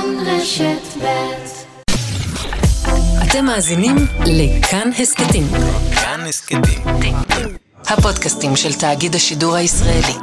כאן רשת ב'. אתם מאזינים לכאן הסקטים. כאן הסקטים. הפודקאסטים של תאגיד השידור הישראלי.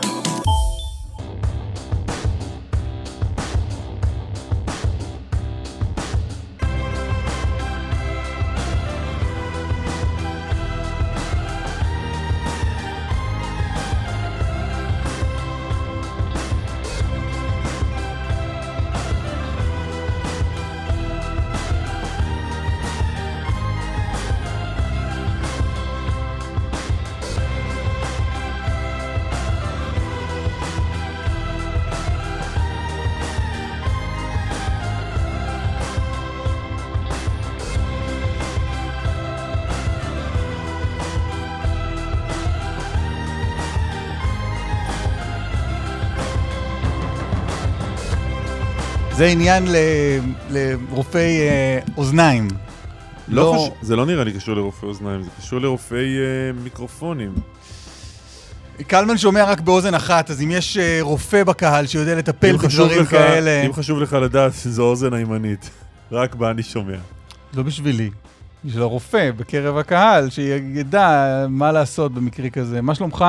זה עניין לרופאי אוזניים. זה לא נראה לי קשור לרופאי אוזניים, זה קשור לרופאי מיקרופונים. קלמן שומע רק באוזן אחת, אז אם יש רופא בקהל שיודע לטפל בדברים כאלה... אם חשוב לך לדעת שזו אוזן הימנית, רק בה אני שומע. לא בשבילי, בשביל הרופא בקרב הקהל, שידע מה לעשות במקרה כזה. מה שלומך?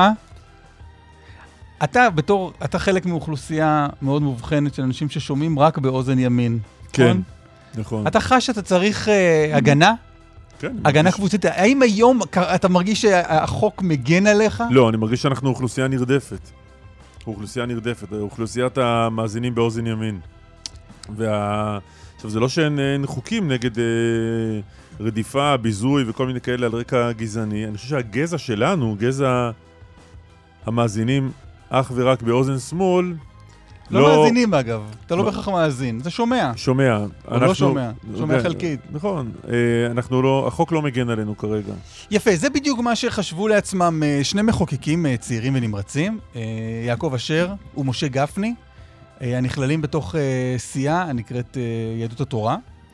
אתה חלק מאוכלוסייה מאוד מובחנת של אנשים ששומעים רק באוזן ימין. כן, נכון. אתה חש שאתה צריך הגנה? כן. הגנה קבוצתית. האם היום אתה מרגיש שהחוק מגן עליך? לא, אני מרגיש שאנחנו אוכלוסייה נרדפת. אוכלוסיית המאזינים באוזן ימין. עכשיו, זה לא שאין חוקים נגד רדיפה, ביזוי וכל מיני כאלה על רקע גזעני. אני חושב שהגזע שלנו, גזע המאזינים אך ורק באוזן שמאל, לא מאזינים אגב, אתה לא בכך מאזין, אתה שומע. שומע. לא שומע, שומע חלקית. נכון, החוק לא מגן עלינו כרגע. יפה, זה בדיוק מה שחשבו לעצמם שני מחוקקים צעירים ונמרצים, יעקב אשר ומשה גפני, הנכללים בתוך סיעה הנקראת יהדות התורה.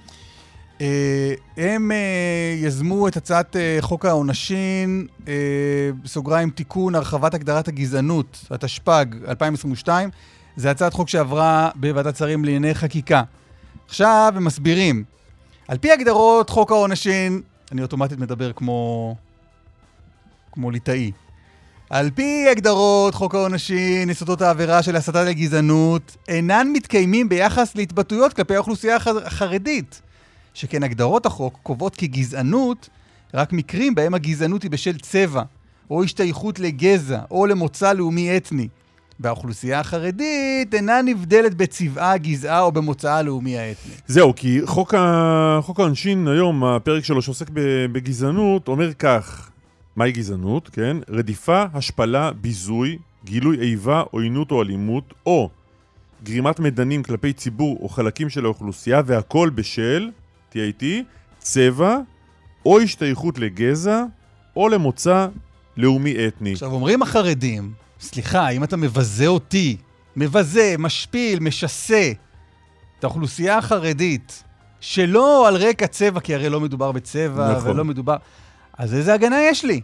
הם יזמו את הצעת חוק העונשין, בסוגריים תיקון, הרחבת הגדרת הגזענות, התשפ"ג 2022, זה הצעת חוק שעברה בוועדת שרים לענייני חקיקה. עכשיו הם מסבירים, על פי הגדרות חוק העונשין, אני אוטומטית מדבר כמו ליטאי, על פי הגדרות חוק העונשין, יסודות העבירה של הסתה לגזענות, אינן מתקיימים ביחס להתבטאויות כלפי האוכלוסייה החרדית. שכן הגדרות החוק קובעות כגזענות רק מקרים בהם הגזענות היא בשל צבע, או השתייכות לגזע, או למוצא לאומי אתני. והאוכלוסייה החרדית אינה נבדלת בצבעה, גזעה או במוצאה לאומי האתני. זהו, כי חוק העונשין היום, הפרק שלו שעוסק בגזענות, אומר כך, מהי גזענות? כן? רדיפה, השפלה, ביזוי, גילוי איבה, עוינות או אלימות, או גרימת מדנים כלפי ציבור או חלקים של האוכלוסייה, והכל בשל... תהיה איתי, צבע, או השתייכות לגזע, או למוצא לאומי אתני. עכשיו, אומרים החרדים, סליחה, אם אתה מבזה אותי, מבזה, משפיל, משסה, את האוכלוסייה החרדית, שלא על רקע צבע, כי הרי לא מדובר בצבע, נכון. ולא מדובר... אז איזה הגנה יש לי?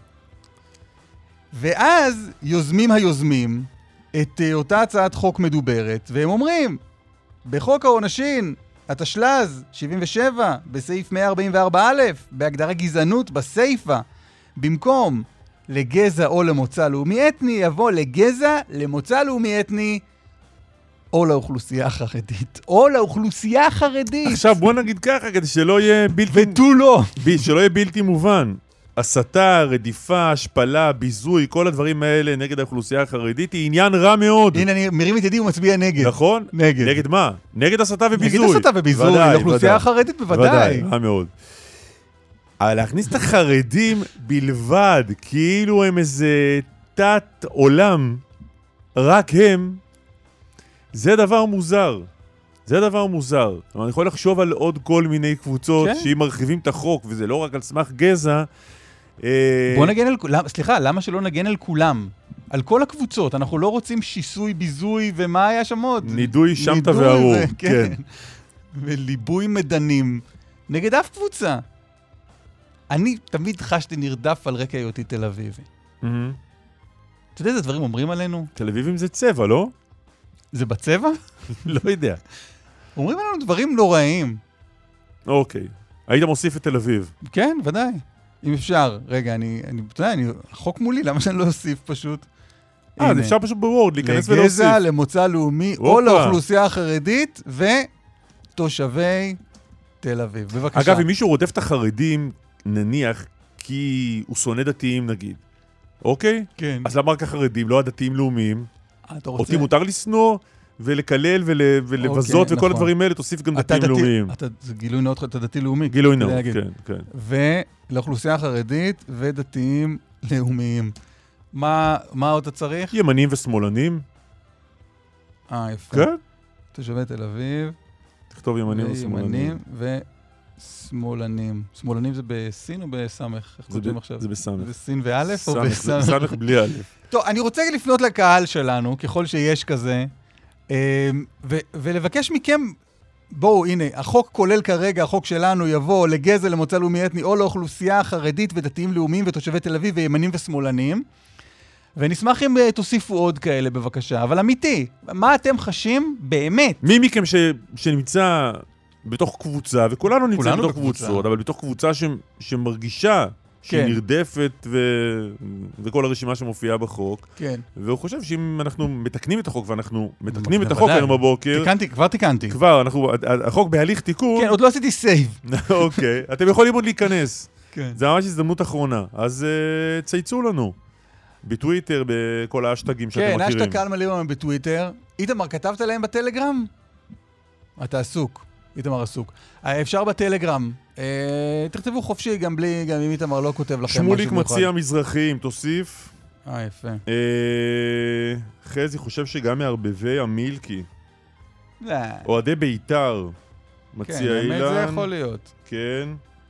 ואז היוזמים את אותה הצעת חוק מדוברת, והם אומרים, בחוק העונשין, התשל"ז 77 בסעיף 144א בהגדרה גזענות בסעיפה במקום לגזע או למוצא לאומי אתני יבוא לגזע, למוצא לאומי אתני או לאוכלוסייה החרדית. או לאוכלוסייה החרדית. עכשיו בוא נגיד ככה כדי שלא יהיה בלתי... ותו לא. שלא יהיה בלתי מובן. הסתה, רדיפה, השפלה, ביזוי, כל הדברים האלה נגד האוכלוסייה החרדית היא עניין רע מאוד. הנה, אני מרים את ידי ומצביע נגד. נכון? נגד. נגד מה? נגד הסתה וביזוי. נגד הסתה וביזוי, לאוכלוסייה החרדית בוודאי. רע מאוד. אבל להכניס את החרדים בלבד, כאילו הם איזה תת עולם, רק הם, זה דבר מוזר. אני יכול לחשוב על עוד כל מיני קבוצות שאם מרחיבים את החוק, וזה לא רק על סמך גזע, בוא נגן על... סליחה, למה שלא נגן על כולם? על כל הקבוצות. אנחנו לא רוצים שיסוי, ביזוי, ומה היה שם עוד? נידוי, שמטה וארור. כן. וליבוי מדנים. נגד אף קבוצה. אני תמיד חשתי נרדף על רקע היותי תל אביבי. אתה יודע איזה דברים אומרים עלינו? תל אביבים זה צבע, לא? זה בצבע? לא יודע. אומרים לנו דברים נוראים. אוקיי. היית מוסיף את תל אביב. כן, ודאי. אם אפשר. רגע, אתה יודע, החוק מולי, למה שאני לא אוסיף פשוט? אז אפשר פשוט בוורד להיכנס ולהוסיף. לגזע, למוצא לאומי, או לאוכלוסייה החרדית, ותושבי תל אביב. בבקשה. אגב, אם מישהו רודף את החרדים, נניח, כי הוא שונא דתיים נגיד, אוקיי? כן. אז למה רק החרדים, לא הדתיים לאומיים? אתה רוצה? אותי מותר לשנוא ולקלל ולבזות וכל הדברים האלה, תוסיף גם דתיים לאומיים. זה גילוי נאות, אתה דתי לאומי. גילוי נאות, כן. ולאוכלוסייה החרדית ודתיים לאומיים. מה עוד אתה צריך? ימנים ושמאלנים. יפה. כן. תושבי תל אביב. תכתוב ימנים ושמאלנים. שמאלנים. שמאלנים זה בסין או בסמך? איך כותבים עכשיו? זה בסמך. זה סין ואלף או בסמך? בסמך בלי אלף. טוב, אני רוצה לפנות לקהל שלנו, ככל שיש כזה, ולבקש מכם, בואו, הנה, החוק כולל כרגע, החוק שלנו יבוא לגזע, למוצא לאומי אתני, או לאוכלוסייה חרדית ודתיים לאומיים ותושבי תל אביב וימנים ושמאלנים, ונשמח אם תוסיפו עוד כאלה בבקשה. אבל אמיתי, מה אתם חשים באמת? מי מכם שנמצא בתוך קבוצה, וכולנו נמצאים בתוך קבוצות, אבל בתוך קבוצה שמרגישה שהיא נרדפת וכל הרשימה שמופיעה בחוק. כן. והוא חושב שאם אנחנו מתקנים את החוק, ואנחנו מתקנים את החוק היום בבוקר... כבר תיקנתי. כבר, החוק בהליך תיקון... כן, עוד לא עשיתי סייב. אוקיי, אתם יכולים עוד להיכנס. כן. זה ממש הזדמנות אחרונה. אז צייצו לנו. בטוויטר, בכל האשטגים שאתם מכירים. כן, אשטג קלמן ליברמן בטוויטר. איתמר, כתבת להם בטלגרם? אתה עסוק. איתמר עסוק. אפשר בטלגרם. תכתבו חופשי גם בלי, גם אם איתמר לא כותב לכם משהו מיוחד. שמוליק מציע מזרחים, תוסיף. יפה. חזי חושב שגם מערבבי המילקי. לא. אוהדי ביתר. מציע אילן. כן, האמת זה יכול להיות. כן.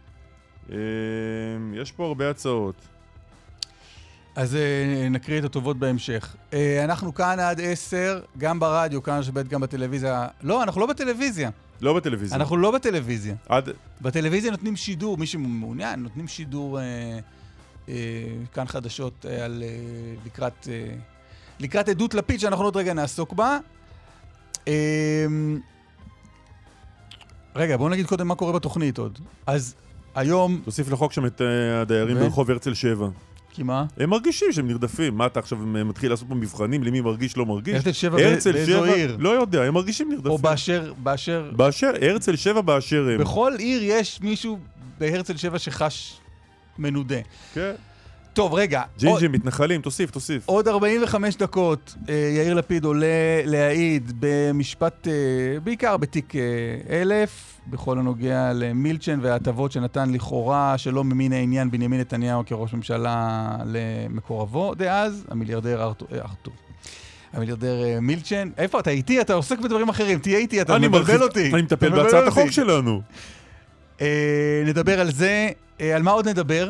יש פה הרבה הצעות. אז נקריא את הטובות בהמשך. אנחנו כאן עד 10, גם ברדיו, כאן שבית גם בטלוויזיה. לא, אנחנו לא בטלוויזיה. לא בטלוויזיה. אנחנו לא בטלוויזיה. עד... בטלוויזיה נותנים שידור, מי שמעוניין, נותנים שידור כאן חדשות על לקראת עדות לפיד, שאנחנו עוד רגע נעסוק בה. רגע, בואו נגיד קודם מה קורה בתוכנית עוד. אז היום... תוסיף לחוק שם את הדיירים ברחוב הרצל 7. כי מה? הם מרגישים שהם נרדפים. מה אתה עכשיו מתחיל לעשות פה מבחנים למי מרגיש, לא מרגיש? הרצל 7 באיזו עיר? לא יודע, הם מרגישים נרדפים. או באשר... הרצל 7 באשר הם. בכל עיר יש מישהו בהרצל 7 שחש מנודה. כן. טוב, רגע. ג'ינג'ים, מתנחלים, תוסיף. עוד 45 דקות יאיר לפיד עולה להעיד במשפט, בעיקר בתיק 1000, בכל הנוגע למילצ'ן וההטבות שנתן לכאורה שלא ממין העניין בנימין נתניהו כראש ממשלה למקורבו דאז, המיליארדר המיליארדר מילצ'ן. איפה אתה איתי? אתה עוסק בדברים אחרים. תהיה איתי, אתה מבלבל אותי. אני מטפל בהצעת החוק שלנו. נדבר על זה. על מה עוד נדבר?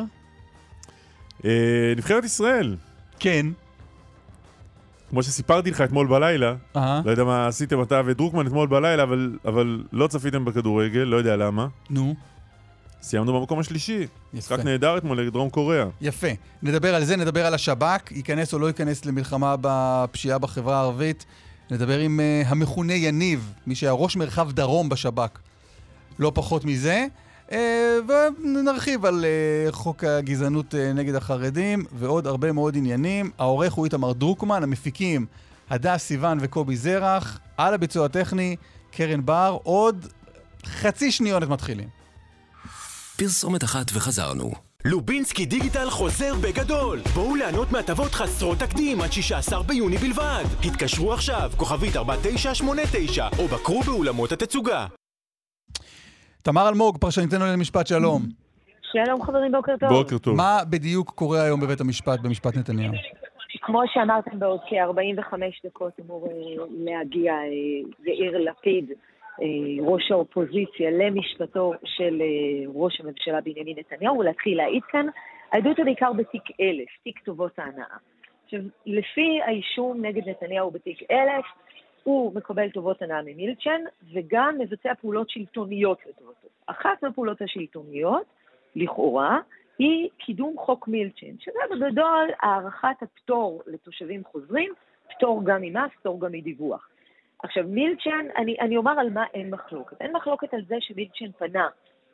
נבחרת ישראל. כן. כמו שסיפרתי לך אתמול בלילה, לא יודע מה עשיתם אתה ודרוקמן אתמול בלילה, אבל לא צפיתם בכדורגל, לא יודע למה. נו. סיימנו במקום השלישי. יפה. משחק נהדר אתמול לדרום קוריאה. יפה. נדבר על זה, נדבר על השב"כ, ייכנס או לא ייכנס למלחמה בפשיעה בחברה הערבית. נדבר עם המכונה יניב, מי שהיה ראש מרחב דרום בשב"כ. לא פחות מזה. ונרחיב על חוק הגזענות נגד החרדים ועוד הרבה מאוד עניינים. העורך הוא איתמר דרוקמן, המפיקים הדס סיוון וקובי זרח, על הביצוע הטכני קרן בר. עוד חצי שניונת מתחילים. פרסומת אחת וחזרנו. לובינסקי דיגיטל חוזר בגדול. בואו לענות מהטבות חסרות תקדים עד 16 ביוני בלבד. התקשרו עכשיו, כוכבית 4989, או בקרו באולמות התצוגה. תמר אלמוג, פרשניתנו למשפט, שלום. שלום חברים, בוקר טוב. בוקר טוב. מה בדיוק קורה היום בבית המשפט, במשפט נתניהו? כמו שאמרתם, בעוד כ-45 דקות אמור להגיע יאיר לפיד, ראש האופוזיציה, למשפטו של ראש הממשלה בנימין נתניהו, ולהתחיל להעיד כאן. העדות היא בעיקר בתיק 1000, תיק טובות ההנאה. עכשיו, לפי האישום נגד נתניהו בתיק 1000, הוא מקבל טובות הנאה ממילצ'ן, וגם מבצע פעולות שלטוניות לטובתו. אחת מהפעולות השלטוניות, לכאורה, היא קידום חוק מילצ'ן, שזה בגדול הערכת הפטור לתושבים חוזרים, פטור גם ממס, פטור גם מדיווח. עכשיו, מילצ'ן, אני אומר על מה אין מחלוקת. אין מחלוקת על זה שמילצ'ן פנה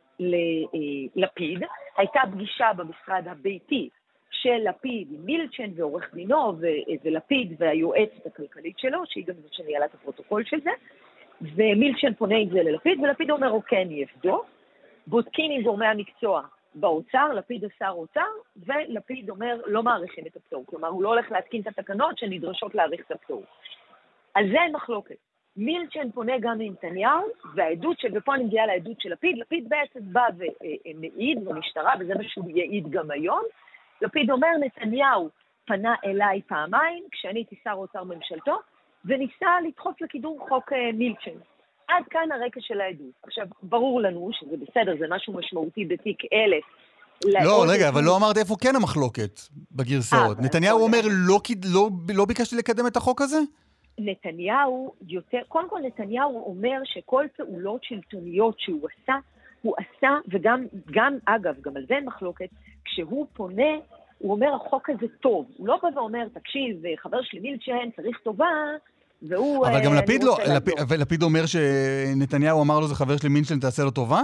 ללפיד, הייתה פגישה במשרד הביתי של לפיד עם מילצ'ן ועורך דינו ולפיד והיועצת הכלכלית שלו, שהיא גם זאת שניהלה את הפרוטוקול של זה, ומילצ'ן פונה עם זה ללפיד, ולפיד אומר, אוקיי, אני אבדוק, בודקים עם גורמי המקצוע באוצר, לפיד השר אוצר, ולפיד אומר, לא מעריכים את הפטור, כלומר, הוא לא הולך להתקין את התקנות שנדרשות להעריך את הפטור. על זה אין מחלוקת. מילצ'ן פונה גם לנתניהו, והעדות ופה אני מגיעה לעדות של לפיד, לפיד בעצם בא ומעיד במשטרה, וזה מה שהוא יעיד גם היום, לפיד אומר, נתניהו פנה אליי פעמיים, כשאני הייתי שר אוצר ממשלתו, וניסה לדחוף לקידום חוק מילצ'ן. עד כאן הרקע של העדות. עכשיו, ברור לנו שזה בסדר, זה משהו משמעותי בתיק 1000. לא, רגע, אבל לא אמרת איפה כן המחלוקת בגרסאות. נתניהו אומר, לא ביקשתי לקדם את החוק הזה? נתניהו קודם כל נתניהו אומר שכל פעולות שלטוניות הוא עשה, וגם, אגב, גם על זה אין מחלוקת, כשהוא פונה, הוא אומר, החוק הזה טוב. הוא לא בא ואומר, תקשיב, חבר שלי מילצ'ן צריך טובה, והוא... אבל גם לפיד אומר שנתניהו אמר לו, זה חבר שלי מילצ'ן, תעשה לו טובה?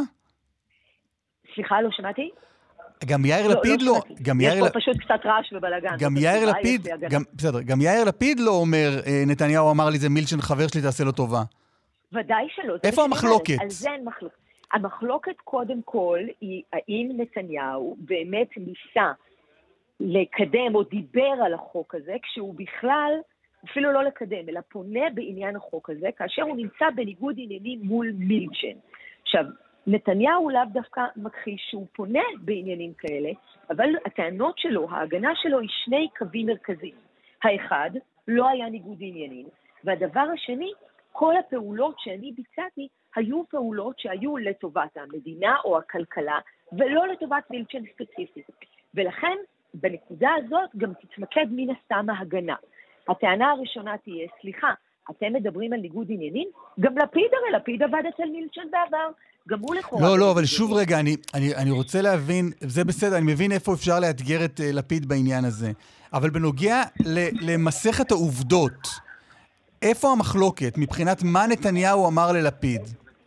סליחה, לא שמעתי? גם יאיר לפיד לא... יש פה פשוט קצת רעש ובלגן. גם יאיר לפיד לא אומר, נתניהו אמר לי, זה מילצ'ן, חבר שלי, תעשה לו טובה. ודאי שלא. איפה המחלוקת? על זה אין מחלוקת. המחלוקת קודם כל היא האם נתניהו באמת ניסה לקדם או דיבר על החוק הזה, כשהוא בכלל, אפילו לא לקדם, אלא פונה בעניין החוק הזה, כאשר הוא נמצא בניגוד עניינים מול מילצ'ן. עכשיו, נתניהו לאו דווקא מכחיש שהוא פונה בעניינים כאלה, אבל הטענות שלו, ההגנה שלו היא שני קווים מרכזיים. האחד, לא היה ניגוד עניינים, והדבר השני, כל הפעולות שאני ביצעתי, היו פעולות שהיו לטובת המדינה או הכלכלה, ולא לטובת מילצ'ן ספציפית. ולכן, בנקודה הזאת גם תתמקד מן הסתם ההגנה. הטענה הראשונה תהיה, סליחה, אתם מדברים על ניגוד עניינים? גם לפיד עבד אצל מילצ'ן בעבר, גם הוא לכאורה... לא, אבל שוב רגע, אני רוצה להבין, זה בסדר, אני מבין איפה אפשר לאתגר את לפיד בעניין הזה, אבל בנוגע למסכת העובדות, איפה המחלוקת מבחינת מה נתניהו אמר ללפיד?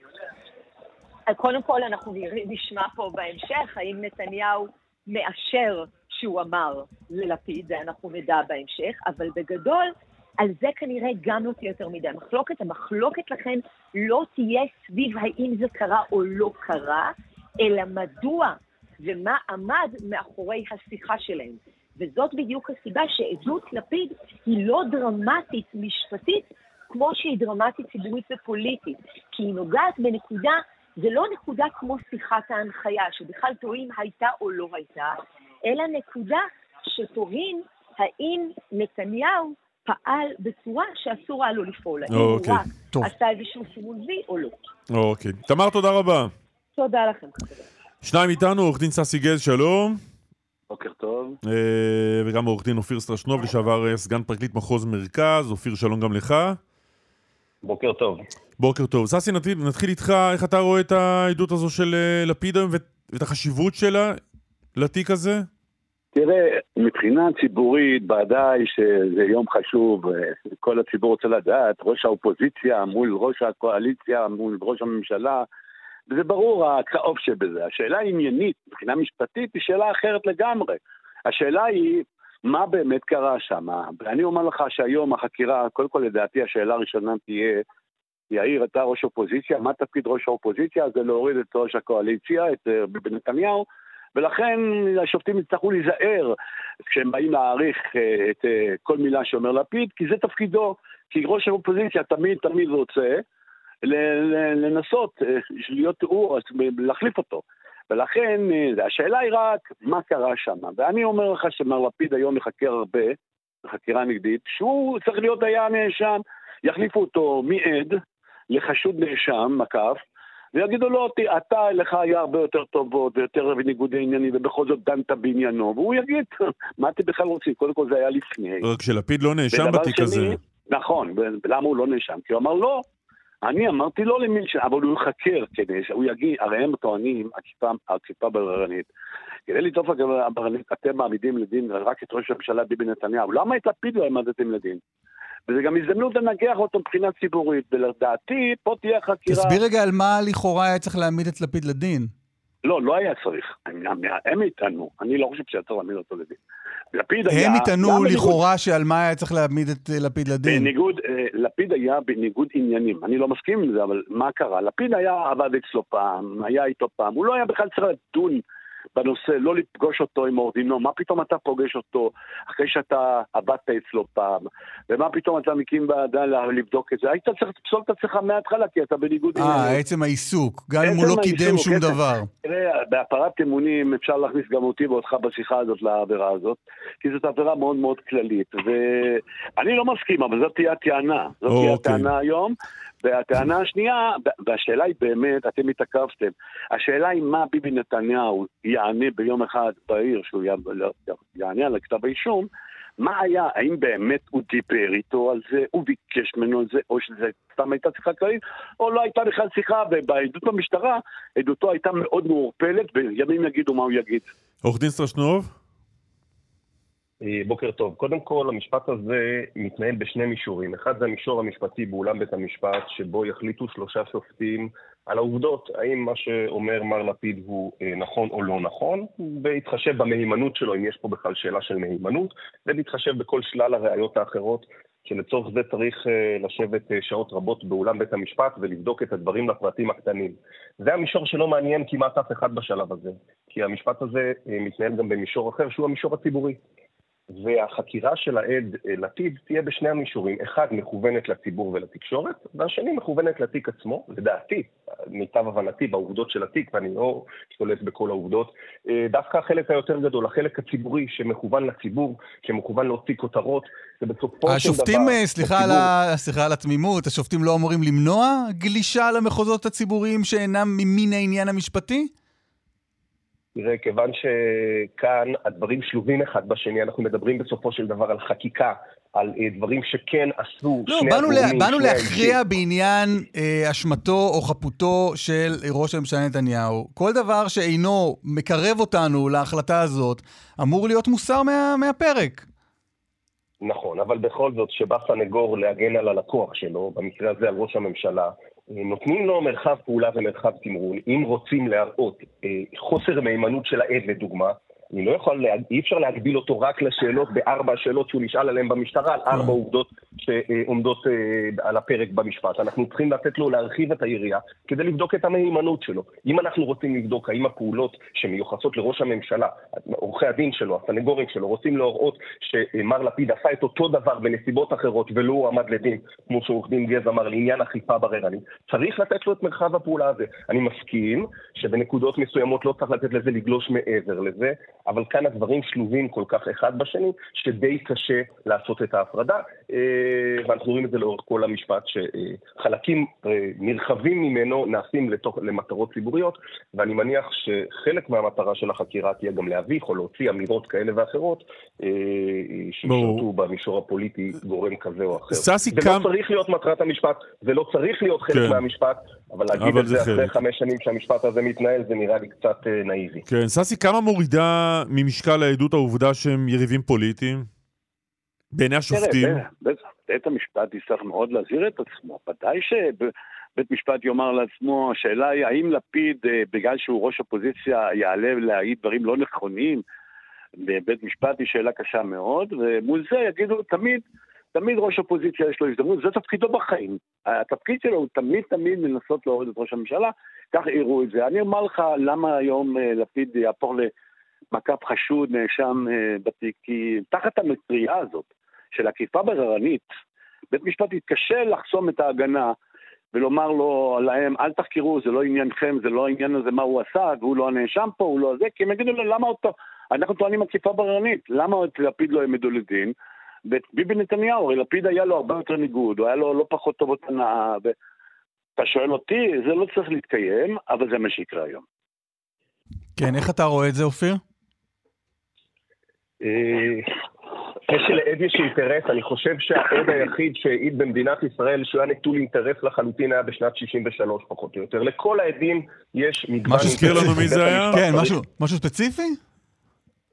קודם כל אנחנו נשמע פה בהמשך, האם נתניהו מאשר שהוא אמר ללפיד, זה אנחנו נדע בהמשך, אבל בגדול, על זה כנראה גם לא תהיה יותר מדי המחלוקת לכן לא תהיה סביב האם זה קרה או לא קרה, אלא מדוע ומה עמד מאחורי השיחה שלהם. וזאת בדיוק הסיבה שעדות לפיד היא לא דרמטית משפטית, כמו שהיא דרמטית ציבורית ופוליטית, כי היא נוגעת בנקודה, זה לא נקודה כמו שיחת ההנחיה, שבכלל תוהים הייתה או לא הייתה, אלא נקודה שתוהים האם נתניהו פעל בצורה שאסור היה לו לפעול. האם הוא רק עשה איזשהו סימון וי או לא. אוקיי. תמר, תודה רבה. תודה לכם. שניים איתנו, עורך דין ססי גז, שלום. בוקר טוב. וגם עורך דין אופיר סטרשנוב, לשעבר סגן פרקליט מחוז מרכז. אופיר, שלום גם לך. בוקר טוב. בוקר טוב. ססי, נתחיל איתך, איך אתה רואה את העדות הזו של לפיד היום ואת החשיבות שלה לתיק הזה? תראה, מבחינה ציבורית, ודאי שזה יום חשוב, כל הציבור רוצה לדעת, ראש האופוזיציה מול ראש הקואליציה, מול ראש הממשלה, וזה ברור הצהוב שבזה. השאלה העניינית, מבחינה משפטית, היא שאלה אחרת לגמרי. השאלה היא, מה באמת קרה שם? ואני אומר לך שהיום החקירה, קודם כל לדעתי השאלה הראשונה תהיה, יאיר, אתה ראש אופוזיציה, מה תפקיד ראש האופוזיציה? זה להוריד את ראש הקואליציה, את נתניהו, ולכן השופטים יצטרכו להיזהר כשהם באים להעריך את כל מילה שאומר לפיד, כי זה תפקידו, כי ראש האופוזיציה תמיד רוצה לנסות להיות הוא, להחליף אותו. ולכן השאלה היא רק מה קרה שם. ואני אומר לך שמר לפיד היום מחקר הרבה, חקירה נגדית, שהוא צריך להיות היה נאשם, יחליפו אותו מעד לחשוד נאשם, מקף, ויגידו לו, אתה לך היה הרבה יותר טובות ויותר בניגודי עניינים, ובכל זאת דנת בעניינו, והוא יגיד, מה אתם בכלל רוצים? קודם כל זה היה לפני. רק שלפיד לא נאשם בתיק הזה. נכון, למה הוא לא נאשם? כי הוא אמר לא, אני אמרתי לא למילצ'ן, אבל הוא יחקר כנאשם, הוא יגיד, הרי הם טוענים, עקיפה בררנית. כדי לתוף הבררנית, אתם מעמידים לדין רק את ראש הממשלה ביבי נתניהו. למה את לפיד לא העמדתם לדין? וזה גם הזדמנות לנגח אותו מבחינה ציבורית, ולדעתי, פה תהיה חקירה... תסביר רגע על מה לכאורה היה צריך להעמיד את לפיד לדין. לא היה צריך. הם איתנו. אני לא חושב שהיה צריך להעמיד אותו לדין. הם איתנו לכאורה שעל מה היה צריך להעמיד את לפיד לדין. לפיד היה בניגוד עניינים. אני לא מסכים עם זה, אבל מה קרה? לפיד עבד אצלו פעם, היה איתו פעם. הוא לא היה בכלל צריך לדון בנושא, לא לפגוש אותו עם עורך דינו. מה פתאום אתה פוגש אותו אחרי שאתה עבדת אצלו פעם? ומה פתאום אתה מקים ועדה לבדוק את זה? היית צריך לפסול את עצמך מההתחלה, כי אתה בניגוד עניינים. עצם העיסוק, גם אם הוא לא קידם שום דבר. תראה, בהפרת אמונים אפשר להכניס גם אותי ואותך בשיחה הזאת לעבירה הזאת, כי זאת עבירה מאוד מאוד כללית. ואני לא מסכים, אבל זאת תהיה הטענה. זאת תהיה הטענה היום. והטענה השנייה, והשאלה היא באמת, אתם התעכבתם, השאלה היא מה ביבי נתניהו יענה ביום אחד בעיר, שהוא יענה על כתב האישום, מה היה, האם באמת הוא דיבר איתו על זה, הוא ביקש ממנו על זה, או שזה סתם הייתה שיחה כללית, או לא הייתה בכלל שיחה, ובעדות במשטרה, עדותו הייתה מאוד מעורפלת, וימים יגידו מה הוא יגיד. עורך דין סטרשנוב? בוקר טוב. קודם כל, המשפט הזה מתנהל בשני מישורים. אחד זה המישור המשפטי באולם בית המשפט, שבו יחליטו 3 שופטים על העובדות, האם מה שאומר מר לפיד הוא נכון או לא נכון, בהתחשב במהימנות שלו, אם יש פה בכלל שאלה של מהימנות, ובהתחשב בכל שלל הראיות האחרות, שלצורך זה צריך לשבת שעות רבות באולם בית המשפט ולבדוק את הדברים לפרטים הקטנים. זה המישור שלא מעניין כמעט אף אחד בשלב הזה, כי המשפט הזה מתנהל גם במישור אחר, שהוא המישור הציבורי. והחקירה של העד לפיד תהיה בשני המישורים, אחד מכוונת לציבור ולתקשורת, והשני מכוונת לתיק עצמו, לדעתי, מיטב הבנתי בעובדות של התיק, ואני לא שולט בכל העובדות, דווקא החלק היותר גדול, החלק הציבורי שמכוון לציבור, שמכוון להוציא כותרות, ובסופו השופטים, סליחה על התמימות, השופטים לא אמורים למנוע גלישה למחוזות הציבוריים שאינם ממין העניין המשפטי? תראה, כיוון שכאן הדברים שלובים אחד בשני, אנחנו מדברים בסופו של דבר על חקיקה, על דברים שכן עשו שני הגורמים. באנו להכריע בעניין אשמתו או חפותו של ראש הממשלה נתניהו. כל דבר שאינו מקרב אותנו להחלטה הזאת, אמור להיות מוסר מהפרק. נכון, אבל בכל זאת שבא סנגור להגן על הלקוח שלו, במקרה הזה על ראש הממשלה, נותנים לו מרחב פעולה ומרחב תמרון. אם רוצים להראות חוסר מהימנות של העד לדוגמה, אי אפשר להגביל אותו רק לשאלות ב4 השאלות שהוא נשאל עליהן במשטרה, על 4 עובדות שעומדות על הפרק במשפט. אנחנו צריכים לתת לו להרחיב את היריעה כדי לבדוק את המהימנות שלו. אם אנחנו רוצים לבדוק האם הפעולות שמיוחסות לראש הממשלה, עורכי הדין שלו, הסנגורים שלו, רוצים להראות שמר לפיד עשה את אותו דבר בנסיבות אחרות ולא הוא עמד לדין, כמו שעורך דין גז אמר, לעניין אכיפה בררנית, צריך לתת לו את מרחב הפעולה הזה. אני מסכים שבנקודות מסוימות לא צריך לתת לזה לגלוש מעבר לזה, אבל כאן הדברים שלובים כל כך אחד בשני, שדי קשה לעשות את ההפרדה, ואנחנו רואים את זה לאורך כל המשפט, שחלקים נרחבים ממנו נעשים למטרות ציבוריות, ואני מניח שחלק מהמטרה של החקירה תהיה גם להביך או להוציא אמירות כאלה ואחרות, שישרתו במישור הפוליטי גורם כזה או אחר. זה לא צריך להיות מטרת המשפט, זה לא צריך להיות חלק מהמשפט, אבל להגיד את זה אחרי 5 שנים שהמשפט הזה מתנהל, זה נראה לי קצת נאיבי. כן, ססי, כמה מורידה ממשקל העדות העובדה שהם יריבים פוליטיים? בעיני השופטים? בית המשפט יצטרך מאוד להזהיר את עצמו. ודאי שבית משפט יאמר לעצמו, השאלה היא, האם לפיד, בגלל שהוא ראש אופוזיציה, יעלה להעיד דברים לא נכונים? בבית משפט היא שאלה קשה מאוד, ומול זה יגידו, תמיד ראש אופוזיציה יש לו הזדמנות, זה תפקידו בחיים. התפקיד שלו הוא תמיד לנסות להוריד את ראש הממשלה, כך יראו את זה. אני אומר לך למה היום לפיד יהפוך למקף חשוד, נאשם בתיק, כי תחת המטריה הזאת של עקיפה בררנית, בית משפט יתקשה לחסום את ההגנה, ולומר לו להם, אל תחקרו, זה לא עניינכם, זה לא העניין הזה מה הוא עשה, והוא לא הנאשם פה, הוא לא זה, כי הם יגידו לו, למה אותו? אנחנו טוענים עקיפה בררנית, למה את לפיד לא העמידו לדין? וביבי נתניהו, לפיד היה לו הרבה יותר ניגוד, הוא היה לו לא פחות טובות הנאה, ואתה שואל אותי, זה לא צריך להתקיים, אבל זה מה שיקרה היום. כן, איך אתה רואה את זה, אופיר? כשלעד יש אינטרס, אני חושב שהעד היחיד שהעיד במדינת ישראל שהוא היה נטול אינטרס לחלוטין היה בשנת 63 פחות או יותר. לכל העדים יש מגוון... משהו זכיר לנו מי זה היה? כן, משהו ספציפי?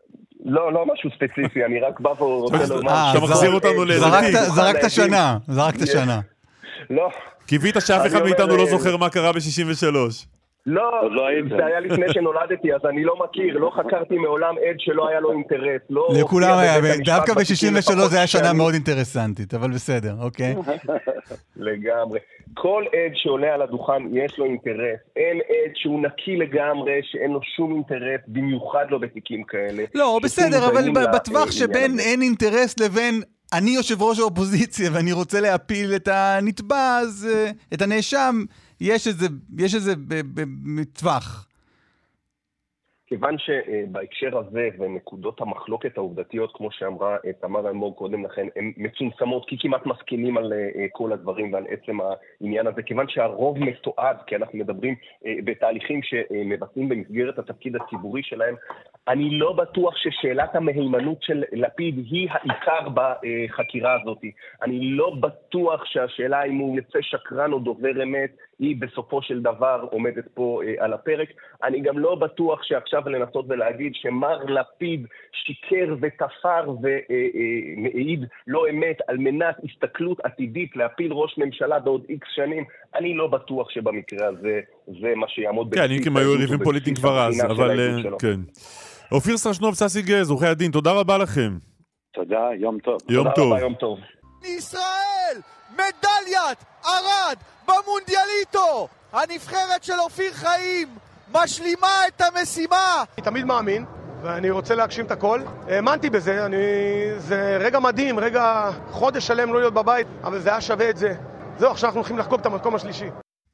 לא משהו ספציפי, אני רק בא ורוצה לומר... אתה מחזיר אותנו לדעתי. זרקת שנה. לא. קיווית שאף אחד מאיתנו לא זוכר מה קרה ב-63. לא, זה היה לפני שנולדתי, אז אני לא מכיר, לא חקרתי מעולם עד שלא היה לו אינטרס. לכולם היה, דווקא ב-63 זה היה שנה מאוד אינטרסנטית, אבל בסדר, אוקיי? לגמרי. כל עד שעולה על הדוכן יש לו אינטרס. אין עד שהוא נקי לגמרי, שאין לו שום אינטרס, במיוחד לא בתיקים כאלה. לא, בסדר, אבל בטווח שבין אין אינטרס לבין אני יושב ראש האופוזיציה ואני רוצה להפיל את הנתבע, אז את הנאשם, יש איזה מטווח. כיוון שבהקשר הזה ונקודות המחלוקת העובדתיות, כמו שאמרה תמר אלמוג קודם לכן, הן מצומצמות, כי כמעט מסכימים על כל הדברים ועל עצם העניין הזה, כיוון שהרוב מתועד, כי אנחנו מדברים בתהליכים שמבצעים במסגרת התפקיד הציבורי שלהם, אני לא בטוח ששאלת המהימנות של לפיד היא העיקר בחקירה הזאת. אני לא בטוח שהשאלה אם הוא יצא שקרן או דובר אמת, היא בסופו של דבר עומדת פה על הפרק. אני גם לא בטוח שעכשיו לנסות ולהגיד שמר לפיד שיקר ותפר ומעיד לא אמת על מנת הסתכלות עתידית להפיל ראש ממשלה בעוד איקס שנים. אני לא בטוח שבמקרה הזה זה מה שיעמוד כן, אם כי היו יריבים פוליטיים כבר אז, אבל כן. אופיר סטרשנוב, ססי גז, עורכי הדין, תודה רבה לכם. תודה, יום טוב. יום טוב. יום טוב. ישראל, מדליית ארד במונדיאליטו. הנבחרת של אופיר חיים משלימה את המשימה. אני תמיד מאמין, ואני רוצה להגשים את הכל. האמנתי בזה, זה רגע מדהים, רגע חודש שלם לא להיות בבית, אבל זה היה שווה את זה. זהו, עכשיו אנחנו הולכים לחגוג את המקום השלישי.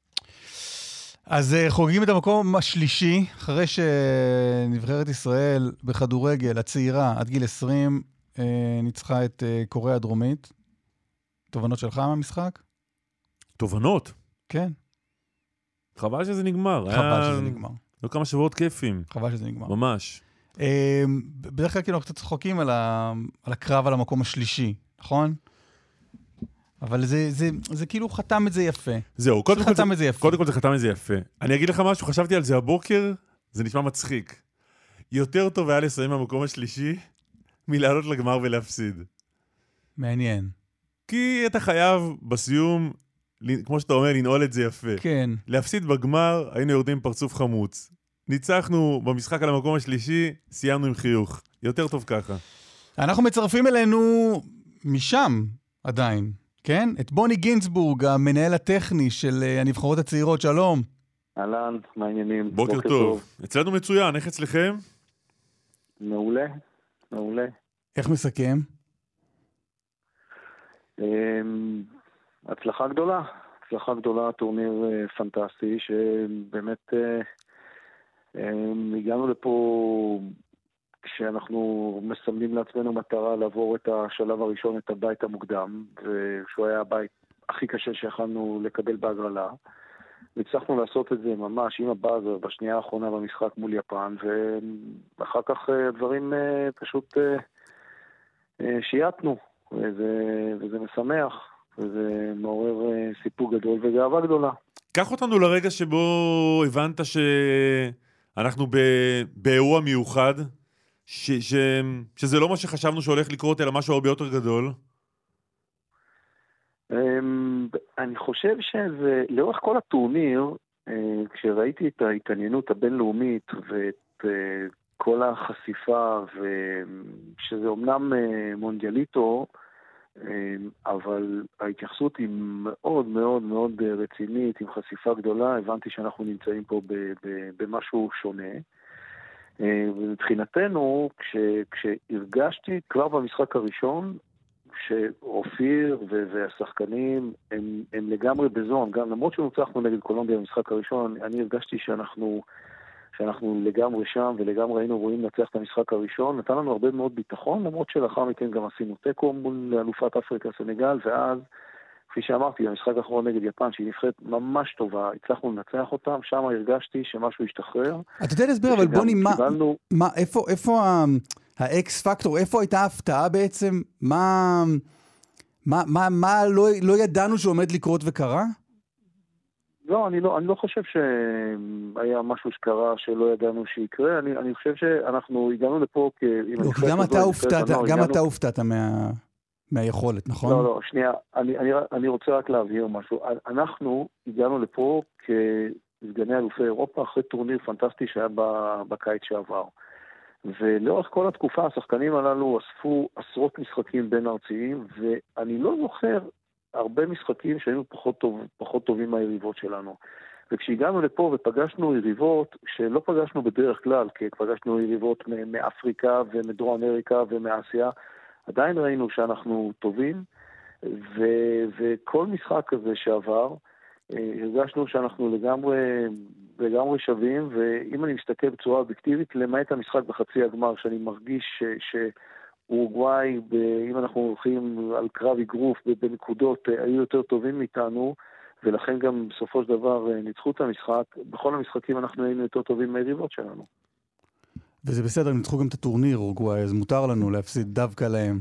אז חוגגים את המקום השלישי, אחרי שנבחרת ישראל בכדורגל, הצעירה, עד גיל 20, ניצחה את קוריאה הדרומית. תובנות שלך מהמשחק? תובנות? כן. חבל שזה נגמר. חבל שזה נגמר. לא כמה שבועות כיפים. חבל שזה נגמר. ממש. בדרך כלל כאילו אנחנו קצת צוחקים על הקרב על המקום השלישי, נכון? אבל זה כאילו חתם את זה יפה. זהו, קודם כל זה חתם את זה יפה. אני אגיד לך משהו, חשבתי על זה הבוקר, זה נשמע מצחיק. יותר טוב היה לסיים במקום השלישי, מלעלות לגמר ולהפסיד. מעניין. כי אתה חייב בסיום, כמו שאתה אומר, לנעול את זה יפה. כן. להפסיד בגמר, היינו יורדים פרצוף חמוץ. ניצחנו במשחק על המקום השלישי, סיימנו עם חיוך. יותר טוב ככה. אנחנו מצרפים אלינו משם עדיין. כן? את בוני גינצבורג, המנהל הטכני של הנבחרות הצעירות, שלום. אהלן, מה העניינים? בוקר טוב. אצלנו מצוין, איך אצלכם? מעולה, מעולה. איך מסכם? הצלחה גדולה, טורניר פנטסטי, שבאמת הגענו לפה כשאנחנו מסמנים לעצמנו מטרה לעבור את השלב הראשון, את הבית המוקדם, ושהוא היה הבית הכי קשה שיכולנו לקבל בהגרלה. והצלחנו לעשות את זה ממש עם הבאזר בשנייה האחרונה במשחק מול יפן, ואחר כך דברים פשוט שייתנו, וזה משמח, וזה מעורר סיפוק גדול וגאווה גדולה. קח אותנו לרגע שבו הבנת שאנחנו באירוע מיוחד, שזה לא מה שחשבנו שהולך לקרות, אלא משהו הרבה יותר גדול? אני חושב שזה, לאורך כל הטורניר, כשראיתי את ההתעניינות הבינלאומית ואת כל החשיפה, ושזה אומנם מונדיאליטו, אבל ההתייחסות היא מאוד מאוד מאוד רצינית, עם חשיפה גדולה, הבנתי שאנחנו נמצאים פה במשהו שונה. ומבחינתנו, כשהרגשתי כבר במשחק הראשון, שאופיר והשחקנים הם לגמרי בזון, גם למרות שנוצחנו נגד קולומביה במשחק הראשון, אני הרגשתי שאנחנו לגמרי שם ולגמרי היינו רואים לנצח את המשחק הראשון, נתן לנו הרבה מאוד ביטחון, למרות שלאחר מכן גם עשינו טקו מול אלופת אפריקה סנגל, ואז כפי שאמרתי, המשחק האחרון נגד יפן, שהיא נבחרת ממש טובה, הצלחנו לנצח אותם, שם הרגשתי שמשהו השתחרר. אתה יודע להסביר, אבל בוני, איפה האקס פקטור, איפה הייתה ההפתעה בעצם? מה לא ידענו שעומד לקרות וקרה? לא, אני לא חושב שהיה משהו שקרה שלא ידענו שיקרה. אני חושב שאנחנו הגענו לפה כי גם אתה הופתעת מהיכולת, נכון? לא, שנייה. אני רוצה רק להבהיר משהו. אנחנו הגענו לפה כסגני אלופי אירופה אחרי טורניר פנטסטי שהיה בקיץ שעבר. ולאורך כל התקופה השחקנים הללו אספו עשרות משחקים בין ארציים, ואני לא זוכר הרבה משחקים שהיו פחות טובים מהיריבות שלנו. וכשהגענו לפה ופגשנו יריבות שלא פגשנו בדרך כלל, כי פגשנו יריבות מאפריקה ומדרום אמריקה ומאסיה, עדיין ראינו שאנחנו טובים, וכל משחק כזה שעבר, הרגשנו שאנחנו לגמרי שווים, ואם אני מסתכל בצורה אובייקטיבית, למעט המשחק בחצי הגמר, שאני מרגיש שאורוגוואי, אם אנחנו הולכים על קרב אגרוף בנקודות, היו יותר טובים מאיתנו, ולכן גם בסופו של דבר ניצחו את המשחק. בכל המשחקים אנחנו היינו יותר טובים מהיריבות שלנו. וזה בסדר, הם ניצחו גם את הטורניר, אורוגוואי, אז מותר לנו להפסיד דווקא להם.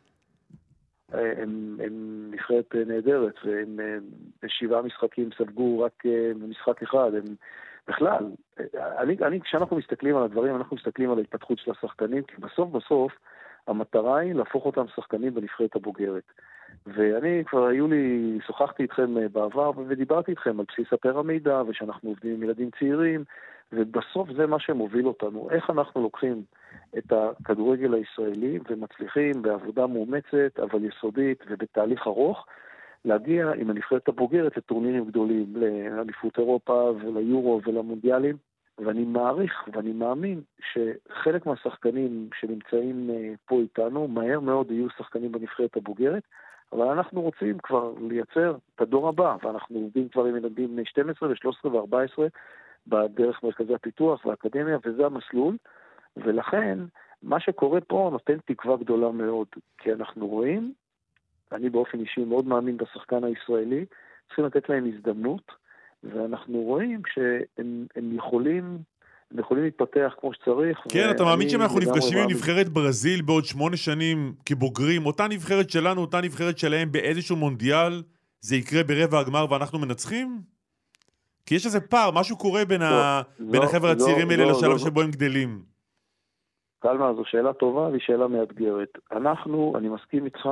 הם נבחרת נהדרת, והם בשבעה משחקים ספגו רק במשחק אחד. הם בכלל, כשאנחנו מסתכלים על הדברים, אנחנו מסתכלים על ההתפתחות של השחקנים, כי בסוף המטרה היא להפוך אותם שחקנים בנבחרת הבוגרת. ואני כבר שוחחתי איתכם בעבר, ודיברתי איתכם על בסיס הפירמידה, ושאנחנו עובדים עם ילדים צעירים, ובסוף זה מה שמוביל אותנו. איך אנחנו לוקחים את הכדורגל הישראלי ומצליחים בעבודה מאומצת, אבל יסודית ובתהליך ארוך, להגיע עם הנבחרת הבוגרת לטורנירים גדולים, לאליפות אירופה וליורו ולמונדיאלים, ואני מעריך ואני מאמין שחלק מהשחקנים שנמצאים פה איתנו, מהר מאוד יהיו שחקנים בנבחרת הבוגרת, אבל אנחנו רוצים כבר לייצר את הדור הבא, ואנחנו עובדים כבר עם ילדים בני 12 ו-13 ו-14 בדרך מרכזי הפיתוח והאקדמיה, וזה המסלול, ולכן מה שקורה פה נותן תקווה גדולה מאוד, כי אנחנו רואים, אני באופן אישי מאוד מאמין בשחקן הישראלי, צריכים לתת להם הזדמנות, ואנחנו רואים שהם יכולים להתפתח כמו שצריך. כן, אתה מאמין שאם אנחנו נפגשים עם נבחרת ברזיל בעוד 8 שנים כבוגרים, אותה נבחרת שלנו, אותה נבחרת שלהם באיזשהו מונדיאל, זה יקרה ברבע הגמר ואנחנו מנצחים? כי יש איזה פער, משהו קורה בין החבר'ה הצעירים האלה לשלב שבו הם גדלים. קלמה, זו שאלה טובה והיא שאלה מאתגרת. אני מסכים איתך,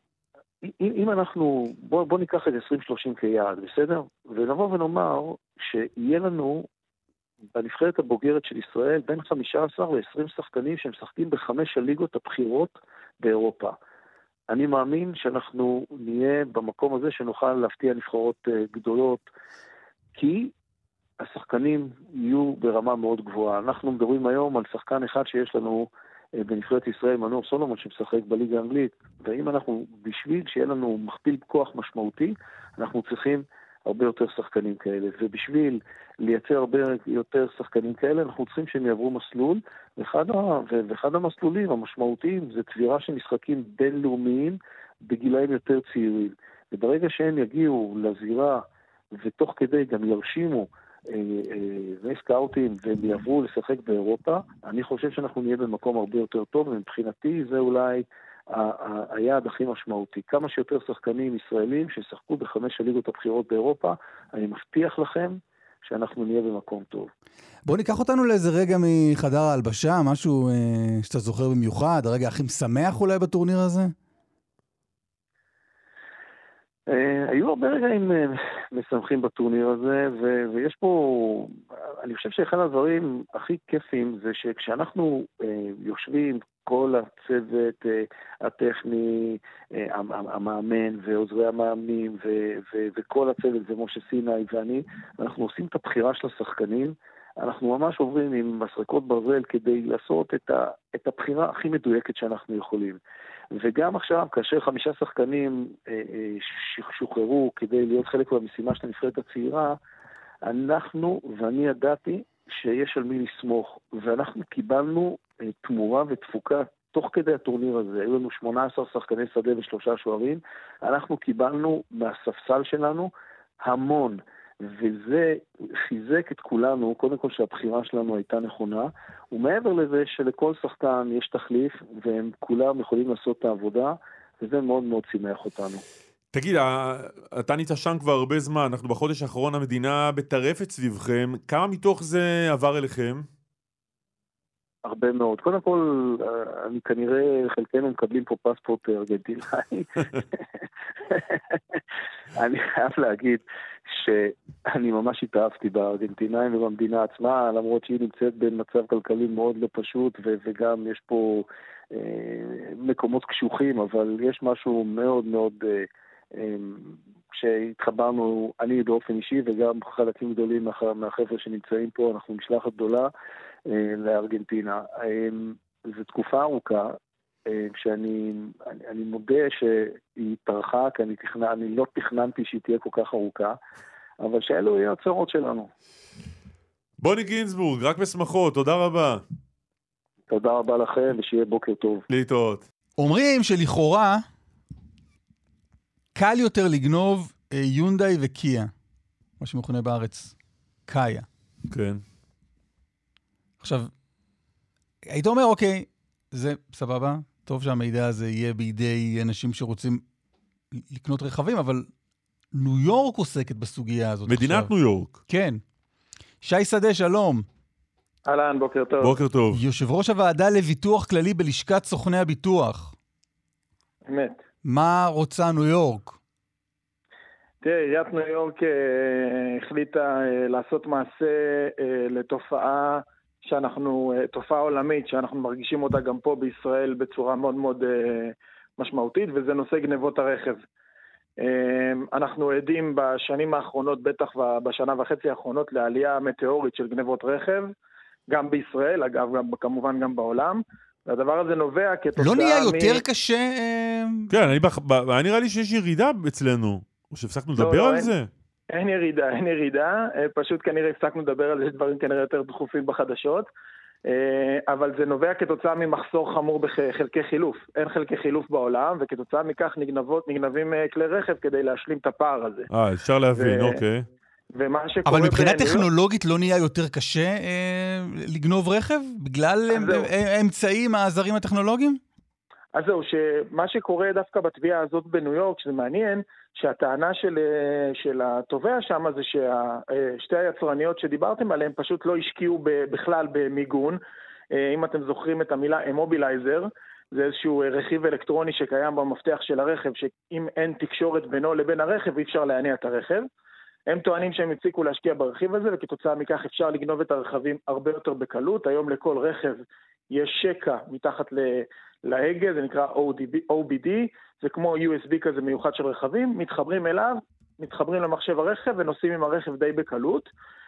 אם אנחנו, בוא ניקח את 2030 כיעד, בסדר? ונבוא ונאמר שיהיה לנו בנבחרת הבוגרת של ישראל בין 15 ל-20 שחקנים שהם שחקים ב5 הליגות הבכירות באירופה. אני מאמין שאנחנו נהיה במקום הזה שנוכל להפתיע נבחרות גדולות, כי השחקנים יהיו ברמה מאוד גבוהה. אנחנו מדברים היום על שחקן אחד שיש לנו בנבחרת ישראל, מנור סולומון, שמשחק בליגה האנגלית, ואם אנחנו, בשביל שיהיה לנו מכפיל כוח משמעותי, אנחנו צריכים הרבה יותר שחקנים כאלה, ובשביל לייצר הרבה יותר שחקנים כאלה, אנחנו צריכים שהם יעברו מסלול, ואחד המסלולים המשמעותיים זה צבירה של משחקים בינלאומיים בגילאים יותר צעירים. וברגע שהם יגיעו לזירה, ותוך כדי גם ירשימו סקאוטים והם יעברו לשחק באירופה, אני חושב שאנחנו נהיה במקום הרבה יותר טוב, ומבחינתי זה אולי היעד הכי משמעותי. כמה שיותר שחקנים ישראלים ששחקו ב5 הליגות הבכירות באירופה, אני מבטיח לכם שאנחנו נהיה במקום טוב. בוא ניקח אותנו לאיזה רגע מחדר ההלבשה, משהו שאתה זוכר במיוחד, הרגע הכי משמח אולי בטורניר הזה? היו הרבה רגעים משמחים בטורניר הזה, ויש פה, אני חושב שאחד הדברים הכי כיפים זה שכשאנחנו יושבים, כל הצוות הטכני, המאמן ועוזרי המאמנים וכל הצוות, זה משה סיני ואני, אנחנו עושים את הבחירה של השחקנים, אנחנו ממש עוברים עם מסרקות ברזל כדי לעשות את הבחירה הכי מדויקת שאנחנו יכולים. וגם עכשיו, כאשר 5 שחקנים שוחררו כדי להיות חלק מהמשימה של הנבחרת הצעירה, ואני ידעתי שיש על מי לסמוך, ואנחנו קיבלנו תמורה ותפוקה תוך כדי הטורניר הזה. היו לנו 18 שחקני שדה ו3 שוערים, אנחנו קיבלנו מהספסל שלנו המון, וזה חיזק את כולנו, קודם כל שהבחירה שלנו הייתה נכונה, ומעבר לזה שלכל שחקן יש תחליף, והם כולם יכולים לעשות את העבודה, וזה מאוד מאוד שימח אותנו. תגיד, אתה נמצא שם כבר הרבה זמן, אנחנו בחודש האחרון המדינה בטרפת סביבכם, כמה מתוך זה עבר אליכם? הרבה מאוד. קודם כל, אני כנראה, חלקנו מקבלים פה פספורט ארגנטינאי. אני חייב להגיד שאני ממש התאהבתי בארגנטינאים ובמדינה עצמה, למרות שהיא נמצאת במצב כלכלי מאוד לא פשוט, וגם יש פה מקומות קשוחים, אבל יש משהו מאוד מאוד שהתחברנו, אני באופן אישי וגם חלקים גדולים מהחבר'ה שנמצאים פה, אנחנו משלחת גדולה לארגנטינה. זו תקופה ארוכה, שאני מודה שהיא התארכה, כי אני לא תכננתי שהיא תהיה כל כך ארוכה, אבל שאלו יהיו הצרות שלנו. בוני גינזבורג, רק בשמחות, תודה רבה. תודה רבה לכם, ושיהיה בוקר טוב. להתראות. אומרים שלכאורה קל יותר לגנוב יונדאי וקיה, מה שמכונה בארץ קאיה. כן. עכשיו, היית אומר, אוקיי, זה סבבה, טוב שהמידע הזה יהיה בידי אנשים שרוצים לקנות רכבים, אבל ניו יורק עוסקת בסוגיה הזאת. מדינת ניו יורק. כן. שי שדה, שלום. אהלן, בוקר טוב. בוקר טוב. יושב ראש הוועדה לביטוח כללי בלשכת סוכני הביטוח. אמת. מה רוצה ניו יורק? תראה, עיריית ניו יורק החליטה לעשות מעשה לתופעה תופעה עולמית, שאנחנו מרגישים אותה גם פה בישראל בצורה מאוד מאוד משמעותית, וזה נושא גנבות הרכב. אנחנו עדים בשנים האחרונות, בטח בשנה וחצי האחרונות, לעלייה מטאורית של גנבות רכב, גם בישראל, אגב, כמובן גם בעולם, והדבר הזה נובע כתוצאה לא נהיה יותר קשה? כן, אני נראה לי שיש ירידה אצלנו, או שהפסקנו לדבר על זה? אין ירידה, פשוט כנראה הפסקנו לדבר על זה, דברים כנראה יותר דחופים בחדשות, אבל זה נובע כתוצאה ממחסור חמור בחלקי חילוף. אין חלקי חילוף בעולם, וכתוצאה מכך נגנבים כלי רכב כדי להשלים את הפער הזה. אפשר להבין, אוקיי. אבל מבחינה טכנולוגית לא נהיה יותר קשה לגנוב רכב? בגלל האמצעים העזרים הטכנולוגיים? אז זהו, שמה שקורה דווקא בתביעה הזאת בניו יורק, שזה מעניין, שהטענה של התובע שם זה ששתי היצרניות שדיברתם עליהן פשוט לא השקיעו בכלל במיגון. אם אתם זוכרים את המילה אימובילייזר, זה איזשהו רכיב אלקטרוני שקיים במפתח של הרכב, שאם אין תקשורת בינו לבין הרכב, אי אפשר להניע את הרכב. הם טוענים שהם הפסיקו להשקיע ברכיב הזה, וכתוצאה מכך אפשר לגנוב את הרכבים הרבה יותר בקלות. היום לכל רכב יש שקע מתחת להגה, זה נקרא OBD, זה כמו USB כזה מיוחד של רכבים, מתחברים אליו, מתחברים למחשב הרכב ונוסעים עם הרכב די בקלות,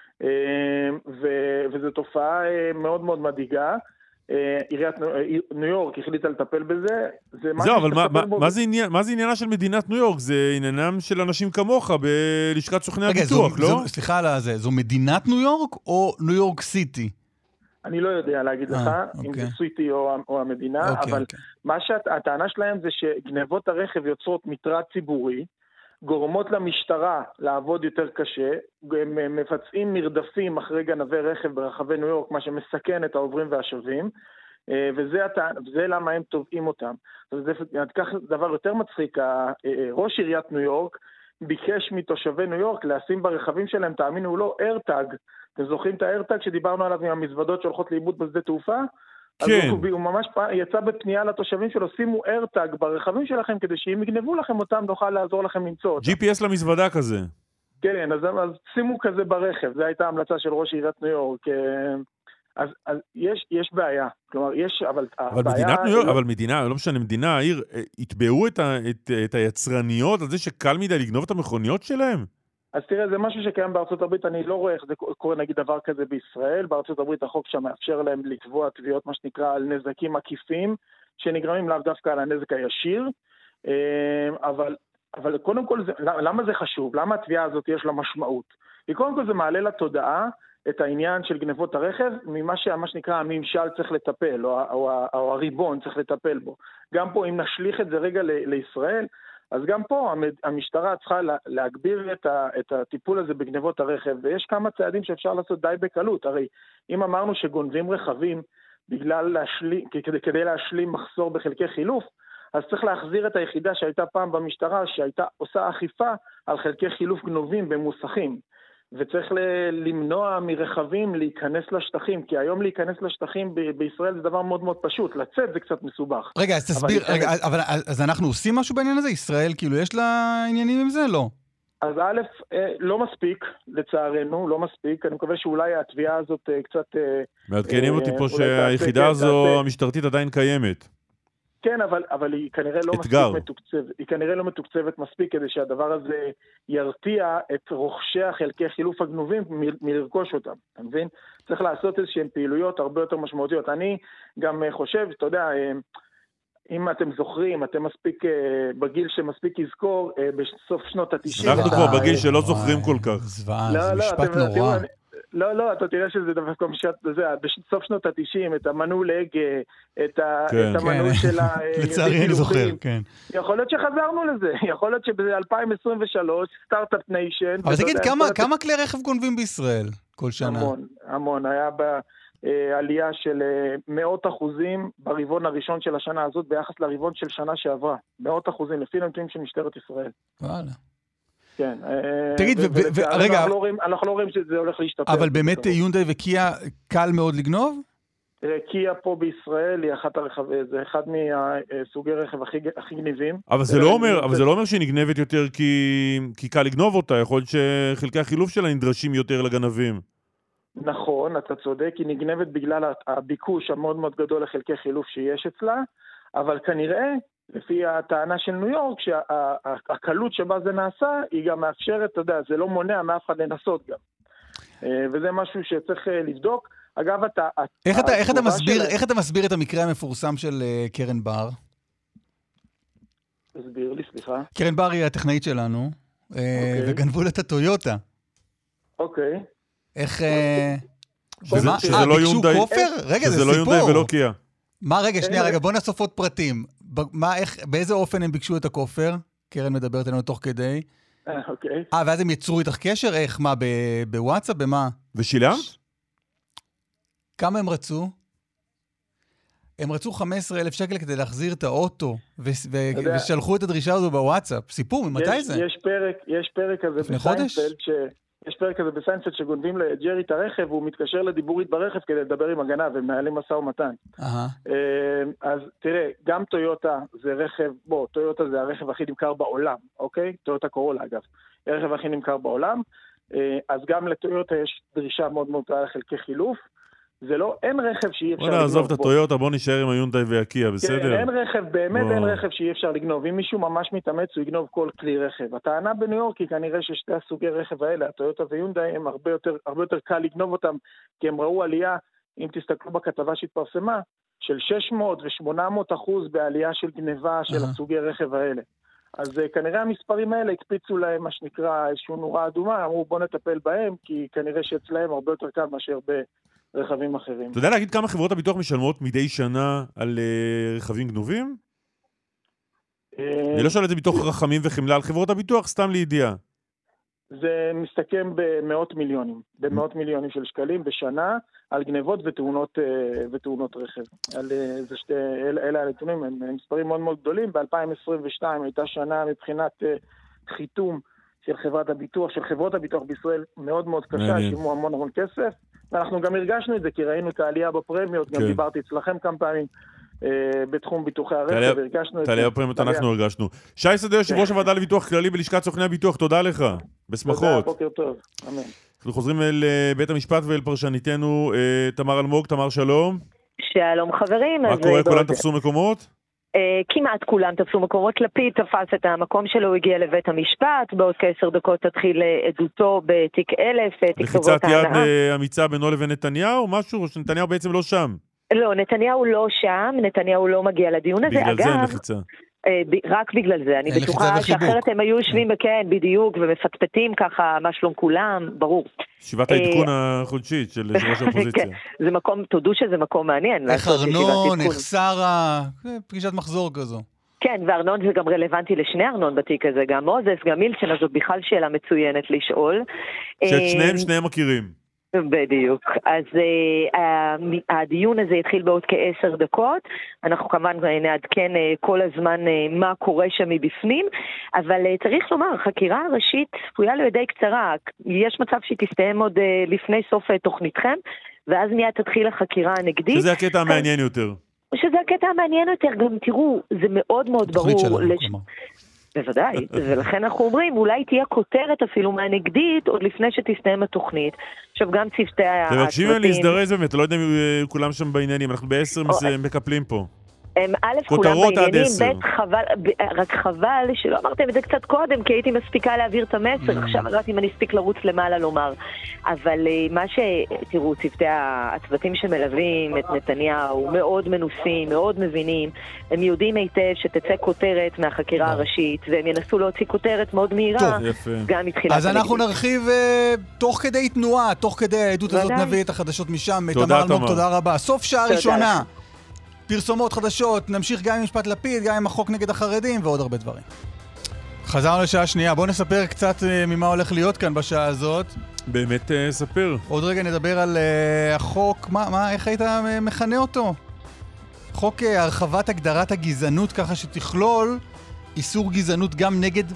וזו תופעה מאוד מאוד מדאיגה. עיריית ניו יורק החליטה לטפל בזה. זהו, אבל מה זה עניינה של מדינת ניו יורק? זה עניינם של אנשים כמוך בלשכת סוכני הביטוח, לא? סליחה על זה, זו מדינת ניו יורק או ניו יורק סיטי? אני לא יודע להגיד לך אם זה סיטי או המדינה, אבל מה שהטענה שלהם זה שגנבות הרכב יוצרות מטרד ציבורי, גורמות למשטרה לעבוד יותר קשה, הם מבצעים מרדפים אחרי גנבי רכב ברחבי ניו יורק, מה שמסכן את העוברים והשבים, וזה למה הם תובעים אותם. זה כך דבר יותר מצחיק, ראש עיריית ניו יורק ביקש מתושבי ניו יורק לשים ברכבים שלהם, תאמינו לו, איירטאג. אתם זוכרים את האיירטאג שדיברנו עליו עם המזוודות שהולכות לאיבוד בשדה תעופה? כן. אז הוא ממש יצא בפנייה לתושבים שלו, שימו איירטאג ברכבים שלכם, כדי שאם יגנבו לכם אותם, נוכל לעזור לכם למצוא אותם. GPS למזוודה כזה. כן, אז שימו כזה ברכב, זו הייתה המלצה של ראש עיריית ניו יורק. אז יש בעיה, כלומר יש, אבל מדינת ניו יורק, אבל מדינה, לא משנה, מדינה, העיר, התבעו את היצרניות על זה שקל מדי לגנוב את המכוניות שלהם? אז תראה, זה משהו שקיים בארצות הברית, אני לא רואה איך זה קורה נגיד דבר כזה בישראל, בארצות הברית החוק שמאפשר להם לתבוע תביעות, מה שנקרא, על נזקים עקיפים, שנגרמים לאו דווקא על הנזק הישיר, אבל קודם כל, למה זה חשוב? למה התביעה הזאת יש לה משמעות? כי קודם כל זה מעלה לתודעה את העניין של גנבות הרכב, ממה שנקרא הממשל צריך לטפל, או הריבון צריך לטפל בו. גם פה, אם נשליך את זה רגע לישראל, אז גם פה המשטרה צריכה להגביר את הטיפול הזה בגנבות הרכב, ויש כמה צעדים שאפשר לעשות די בקלות. הרי אם אמרנו שגונבים רכבים כדי להשלים מחסור בחלקי חילוף, אז צריך להחזיר את היחידה שהייתה פעם במשטרה, שהייתה עושה אכיפה על חלקי חילוף גנובים במוסכים. וצריך למנוע מרכבים להיכנס לשטחים, כי היום להיכנס לשטחים בישראל זה דבר מאוד מאוד פשוט, לצאת זה קצת מסובך. רגע, אז תסביר, אז אנחנו עושים משהו בעניין הזה? ישראל, כאילו, יש לה עניינים עם זה? לא. אז א', לא מספיק, לצערנו, לא מספיק. אני מקווה שאולי התביעה הזאת קצת... מעדכנים אותי פה שהיחידה הזו המשטרתית עדיין קיימת. כן, אבל היא כנראה לא מספיק מתוקצבת. היא כנראה לא מתוקצבת מספיק כדי שהדבר הזה ירתיע את רוכשי החלקי חילוף הגנובים מלרכוש אותם. אתה מבין? צריך לעשות איזושהי פעילויות הרבה יותר משמעותיות. אני גם חושב, אתה יודע, אם אתם זוכרים, אתם מספיק בגיל שמספיק יזכור, בסוף שנות ה-90. אנחנו כבר בגיל שלא זוכרים כל כך. זוועה, זה משפט נורא. לא, אתה תראה שזה דווקא בסוף שנות ה-90, את המנעול הגה, את המנעול של ה... לצערי אני זוכר, כן. יכול להיות שחזרנו לזה, יכול להיות שב-2023, סטארט-אפ ניישן... אבל תגיד, כמה כלי רכב גונבים בישראל כל שנה? המון, היה בעלייה של 100% ברבעון הראשון של השנה הזאת, ביחס לרבעון של שנה שעברה. 100%, לפי נתונים של משטרת ישראל. וואלה. כן. תגיד, רגע... אנחנו לא רואים שזה הולך להשתפר. אבל באמת יונדאי וקיה קל מאוד לגנוב? קיה פה בישראל היא זה אחד מהסוגי רכב הכי גניבים. אבל זה לא אומר שהיא נגנבת יותר כי קל לגנוב אותה. יכול להיות שחלקי החילוף שלה נדרשים יותר לגנבים. נכון, אתה צודק, היא נגנבת בגלל הביקוש המאוד מאוד גדול לחלקי חילוף שיש אצלה, אבל כנראה... לפי הטענה של ניו יורק, שהקלות שבה זה נעשה, היא גם מאפשרת, אתה יודע, זה לא מונע מאף אחד לנסות גם. וזה משהו שצריך לבדוק. אגב, איך אתה מסביר את המקרה המפורסם של קרן בר? תסביר לי, סליחה. קרן בר היא הטכנאית שלנו, וגנבו לה את הטויוטה. אוקיי. איך... שזה לא יונדאי, שזה לא יונדאי ולא קיה. מה, רגע, בוא נאסוף עוד פרטים. באיזה אופן הם ביקשו את הכופר? קרן מדברת עלינו תוך כדי. אוקיי. ואז הם יצרו איתך קשר? איך? מה, בוואטסאפ? במה? ושילמת? כמה הם רצו? הם רצו 15,000 שקל כדי להחזיר את האוטו, ושלחו את הדרישה הזו בוואטסאפ. סיפור, ממתי זה? יש פרק כזה בסיינפלד יש פרק כזה בסיינפלד שגונבים לג'רי את הרכב, והוא מתקשר לדיבורית ברכב כדי לדבר עם הגנב, ומנהלים משא ומתן. אז תראה, גם טויוטה זה רכב, טויוטה זה הרכב הכי נמכר בעולם, אוקיי? טויוטה קורולה אגב. הרכב הכי נמכר בעולם, אז גם לטויוטה יש דרישה מאוד מאוד גדולה לחלקי חילוף. זה לא, אין רכב שאי אפשר לגנוב בו. בוא נעזוב את הטויוטה, בוא נשאר עם היונדאי והקיה, בסדר? כן, אין רכב, באמת אין רכב שאי אפשר לגנוב. אם מישהו ממש מתאמץ, הוא יגנוב כל כלי רכב. הטענה בניו יורק היא כנראה ששתי הסוגי רכב האלה, הטויוטה ויונדאי, הם הרבה יותר קל לגנוב אותם, כי הם ראו עלייה, אם תסתכלו בכתבה שהתפרסמה, של 600 ו-800% בעלייה של גניבה של הסוגי רכב האלה. אז כנראה המספרים האלה הקפיצו להם מה שנקרא איזשהו נורה אדומה, אמרו בוא נטפל בהם, כי כנראה שאצלהם הרבה יותר קל מאשר רכבים אחרים. אתה יודע להגיד כמה חברות הביטוח משלמות מדי שנה על רכבים גנובים? אני לא שואל את זה מתוך רחמים וחמלה על חברות הביטוח, סתם לידיעה. זה מסתכם במאות מיליונים של שקלים בשנה על גנבות ותאונות רכב. אלה הנתונים, הם מספרים מאוד מאוד גדולים. ב-2022 הייתה שנה מבחינת חיתום של חברת הביטוח, של חברות הביטוח בישראל מאוד מאוד קשה, שימו המון כסף. ואנחנו גם הרגשנו את זה, כי ראינו את העלייה בפרמיות, גם דיברתי אצלכם כמה פעמים בתחום ביטוחי הרכב, הרגשנו את זה. תעלייה בפרמיות אנחנו הרגשנו. שי שדה, יושב ראש הוועדה לביטוח כללי בלשכת סוכני הביטוח, תודה לך. בשמחות. תודה, בוקר טוב. אמן. אנחנו חוזרים אל בית המשפט ואל פרשניתנו, תמר אלמוג. תמר, שלום. שלום חברים. מה קורה? כולם תפסו מקומות? כמעט כולם תפסו מקומות. לפיד תפס את המקום שלו, הוא הגיע לבית המשפט, בעוד כ10 דקות תתחיל עדותו בתיק 1000, תיק טובות ההנאה. לחיצת יד אמיצה בינו לבין נתניהו, משהו שנתניהו בעצם לא שם? לא, נתניהו לא שם, נתניהו לא מגיע לדיון הזה. בגלל זה אין לחיצה. רק בגלל זה, אני בטוחה שאחרת הם היו יושבים בכן בדיוק ומפטפטים ככה מה שלום כולם, ברור. ישיבת העדכון החודשית של ראש האופוזיציה. זה מקום, תודו שזה מקום מעניין. איך ארנון, איך שרה, פגישת מחזור כזו. כן, וארנון זה גם רלוונטי לשני ארנון בתיק הזה, גם מוזס, גם מילצ'ן, אז זאת בכלל שאלה מצוינת לשאול. שאת שניהם מכירים. בדיוק. אז הדיון הזה יתחיל בעוד כ10 דקות. אנחנו כמובן נעדכן כל הזמן מה קורה שם מבפנים, אבל צריך לומר, חקירה ראשית צפויה להיות די קצרה. יש מצב שהיא תסתיים עוד לפני סוף תוכניתכם, ואז מיד תתחיל החקירה הנגדית. שזה הקטע המעניין יותר. שזה הקטע המעניין יותר, גם תראו, זה מאוד מאוד ברור. בוודאי, ולכן אנחנו אומרים, אולי תהיה כותרת אפילו מהנגדית, עוד לפני שתסתיים התוכנית. עכשיו גם צוותי הצוותים... תבקשים להזדרז באמת, לא יודע אם כולם שם בעניינים, אנחנו ב10 מקפלים פה. א', כולם בעניינים, רק חבל שלא אמרתם את זה קצת קודם, כי הייתי מספיקה להעביר את המסר, עכשיו ראיתי אם אני אספיק לרוץ למעלה לומר. אבל מה תראו, צוותי הצוותים שמלווים את נתניהו מאוד מנוסים, מאוד מבינים, הם יודעים היטב שתצא כותרת מהחקירה הראשית, והם ינסו להוציא כותרת מאוד מהירה, גם מתחילת... אז אנחנו נרחיב תוך כדי תנועה, תוך כדי העדות הזאת נביא את החדשות משם. תודה, תמר, תודה רבה. סוף שעה ראשונה. פרסומות חדשות, נמשיך גם עם משפט לפיד, גם עם החוק נגד החרדים ועוד הרבה דברים. חזרנו לשעה שנייה, בואו נספר קצת ממה הולך להיות כאן בשעה הזאת. באמת ספר. עוד רגע נדבר על החוק, איך היית מכנה אותו? חוק הרחבת הגדרת הגזענות, ככה שתכלול איסור גזענות גם נגד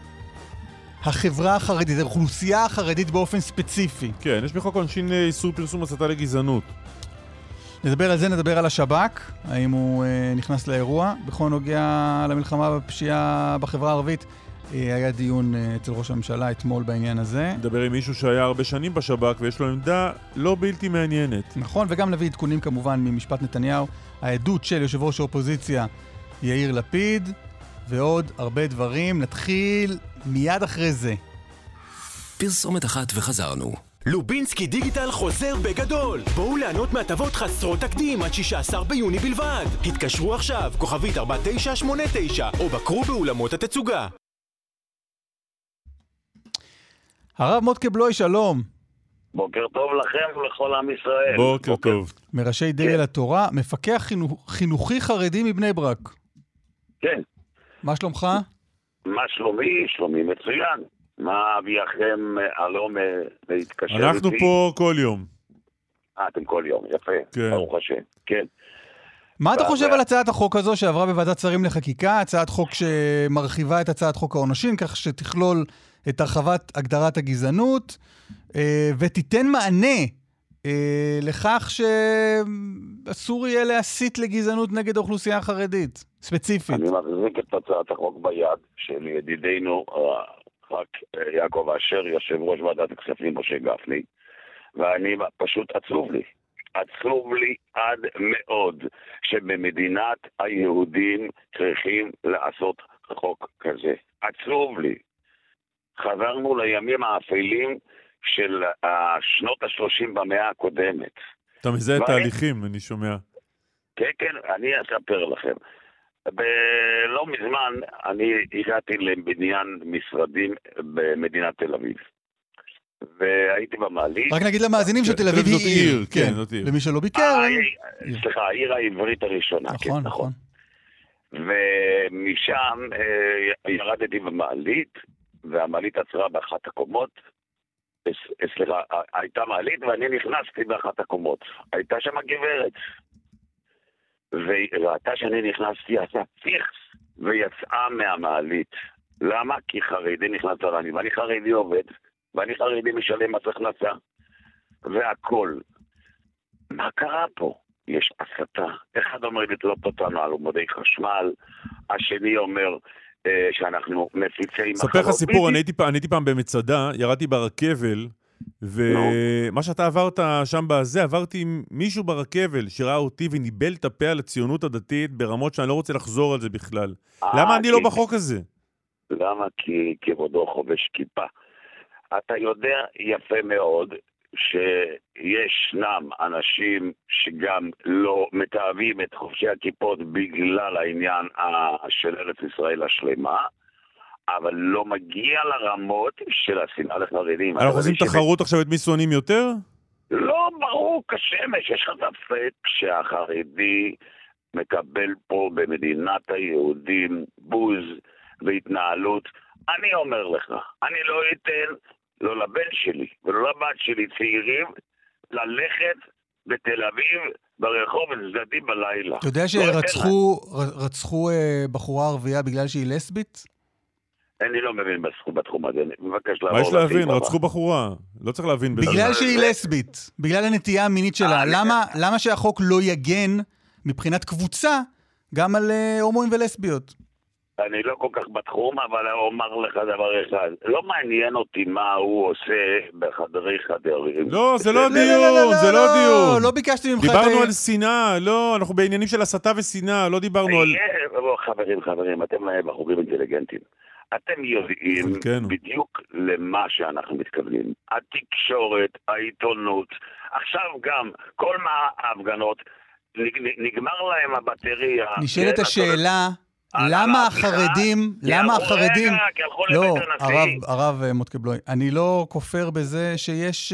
החברה החרדית, האוכלוסייה החרדית באופן ספציפי. כן, יש בחוק העונשין איסור פרסום הסתה לגזענות. נדבר על זה, נדבר על השב"כ, האם הוא נכנס לאירוע. בכל נוגע למלחמה בפשיעה בחברה הערבית, היה דיון אצל ראש הממשלה אתמול בעניין הזה. נדבר עם מישהו שהיה הרבה שנים בשב"כ ויש לו עמדה לא בלתי מעניינת. נכון, וגם נביא עדכונים כמובן ממשפט נתניהו, העדות של יושב ראש האופוזיציה יאיר לפיד, ועוד הרבה דברים. נתחיל מיד אחרי זה. פרסומת אחת וחזרנו. לובינסקי דיגיטל חוזר בגדול. בואו ליהנות מהטבות חסרות תקדים עד 16 ביוני בלבד. התקשרו עכשיו, כוכבית 4989, או בקרו באולמות התצוגה. הרב מודקה בלוי, שלום. בוקר טוב לכם ולכל עם ישראל. בוקר טוב. מראשי דגל התורה, מפקח חינוכי חרדי מבני ברק. כן. מה שלומך? מה שלומי? שלומי מצוין. מה אביכם הלום להתקשר איתי? אנחנו פה כל יום. אתם כל יום, יפה. כן. ברוך השם, כן. מה אתה חושב על הצעת החוק הזו שעברה בוועדת שרים לחקיקה? הצעת חוק שמרחיבה את הצעת חוק העונשין, כך שתכלול את הרחבת הגדרת הגזענות, ותיתן מענה לכך שאסור יהיה להסית לגזענות נגד האוכלוסייה החרדית, ספציפית. אני מחזיק את הצעת החוק ביד של ידידינו רק יעקב אשר, יושב ראש ועדת הכספים משה גפני, ואני פשוט עצוב לי עד מאוד שבמדינת היהודים צריכים לעשות חוק כזה. עצוב לי. חזרנו לימים האפלים של שנות ה-30 במאה הקודמת. אתה מזהה תהליכים, אני שומע. כן, אני אספר לכם. לא מזמן אני הגעתי לבניין משרדים במדינת תל אביב. והייתי במעלית. רק נגיד למאזינים שתל אביב היא עיר. כן, זאת עיר. למי שלא ביקר. סליחה, העיר העברית הראשונה. נכון. ומשם ירדתי במעלית, והמעלית עצרה באחת הקומות. סליחה, הייתה מעלית ואני נכנסתי באחת הקומות. הייתה שם גברת. וראתה שאני נכנסתי, עשה פיכס, ויצאה מהמעלית. למה? כי חרדי נכנס לרני, ואני חרדי עובד, ואני חרדי משלם מס הכנסה, והכל. מה קרה פה? יש הסתה. אחד אומר לתלות אותנו על עמודי חשמל, השני אומר שאנחנו מפיצי מחלות. ספר לך סיפור, אני הייתי פעם במצדה, ירדתי ברכבל, ומה שאתה עברת שם בזה, עברתי עם מישהו ברכבל שראה אותי וניבל את הפה על הציונות הדתית ברמות שאני לא רוצה לחזור על זה בכלל. למה אני לא בחוק הזה? למה? כי כבודו חובש כיפה. אתה יודע יפה מאוד שישנם אנשים שגם לא מתאהבים את חובשי הכיפות בגלל העניין של ארץ ישראל השלמה, אבל לא מגיע לרמות של השנאה לחרדים. אנחנו עושים תחרות עכשיו את מי שונאים יותר? לא, ברור, כשמש. יש לך ספק שהחרדי מקבל פה במדינת היהודים בוז והתנהלות. אני אומר לך, אני לא אתן לא לבן שלי ולא לבת שלי צעירים ללכת בתל אביב ברחוב וצדדים בלילה. אתה יודע שרצחו בחורה ערבייה בגלל שהיא לסבית? אני לא מבין בתחום הזה, אני מבקש לעבור. מה יש להבין? רצחו בחורה. לא צריך להבין בזה. בגלל שהיא לסבית, בגלל הנטייה המינית שלה. למה שהחוק לא יגן מבחינת קבוצה גם על הומואים ולסביות? אני לא כל כך בתחום, אבל אומר לך דבר אחד. לא מעניין אותי מה הוא עושה בחדרי חדרים. לא, זה לא דיון, זה לא דיון. לא ביקשתי ממך... דיברנו על שנאה, לא, אנחנו בעניינים של הסתה ושנאה, לא דיברנו על... חברים, אתם בחורים אינטליגנטים. אתם יודעים בדיוק למה שאנחנו מתכוונים. התקשורת, העיתונות, עכשיו גם כל ההפגנות, נגמר להם הבטריה. נשאלת השאלה... למה החרדים, לא, הרב מוטקבלוי, אני לא כופר בזה שיש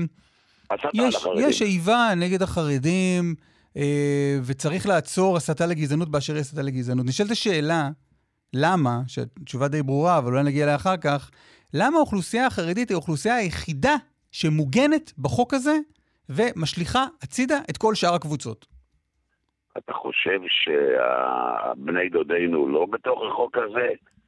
איבה נגד החרדים, וצריך לעצור הסתה לגזענות באשר היא הסתה לגזענות. נשאלת השאלה, למה, שהתשובה די ברורה, אבל אולי נגיע לה אחר כך, למה האוכלוסייה החרדית היא האוכלוסייה היחידה שמוגנת בחוק הזה, ומשליחה הצידה את כל שאר הקבוצות? אתה חושב שהבני דודינו לא בתוך החוק הזה?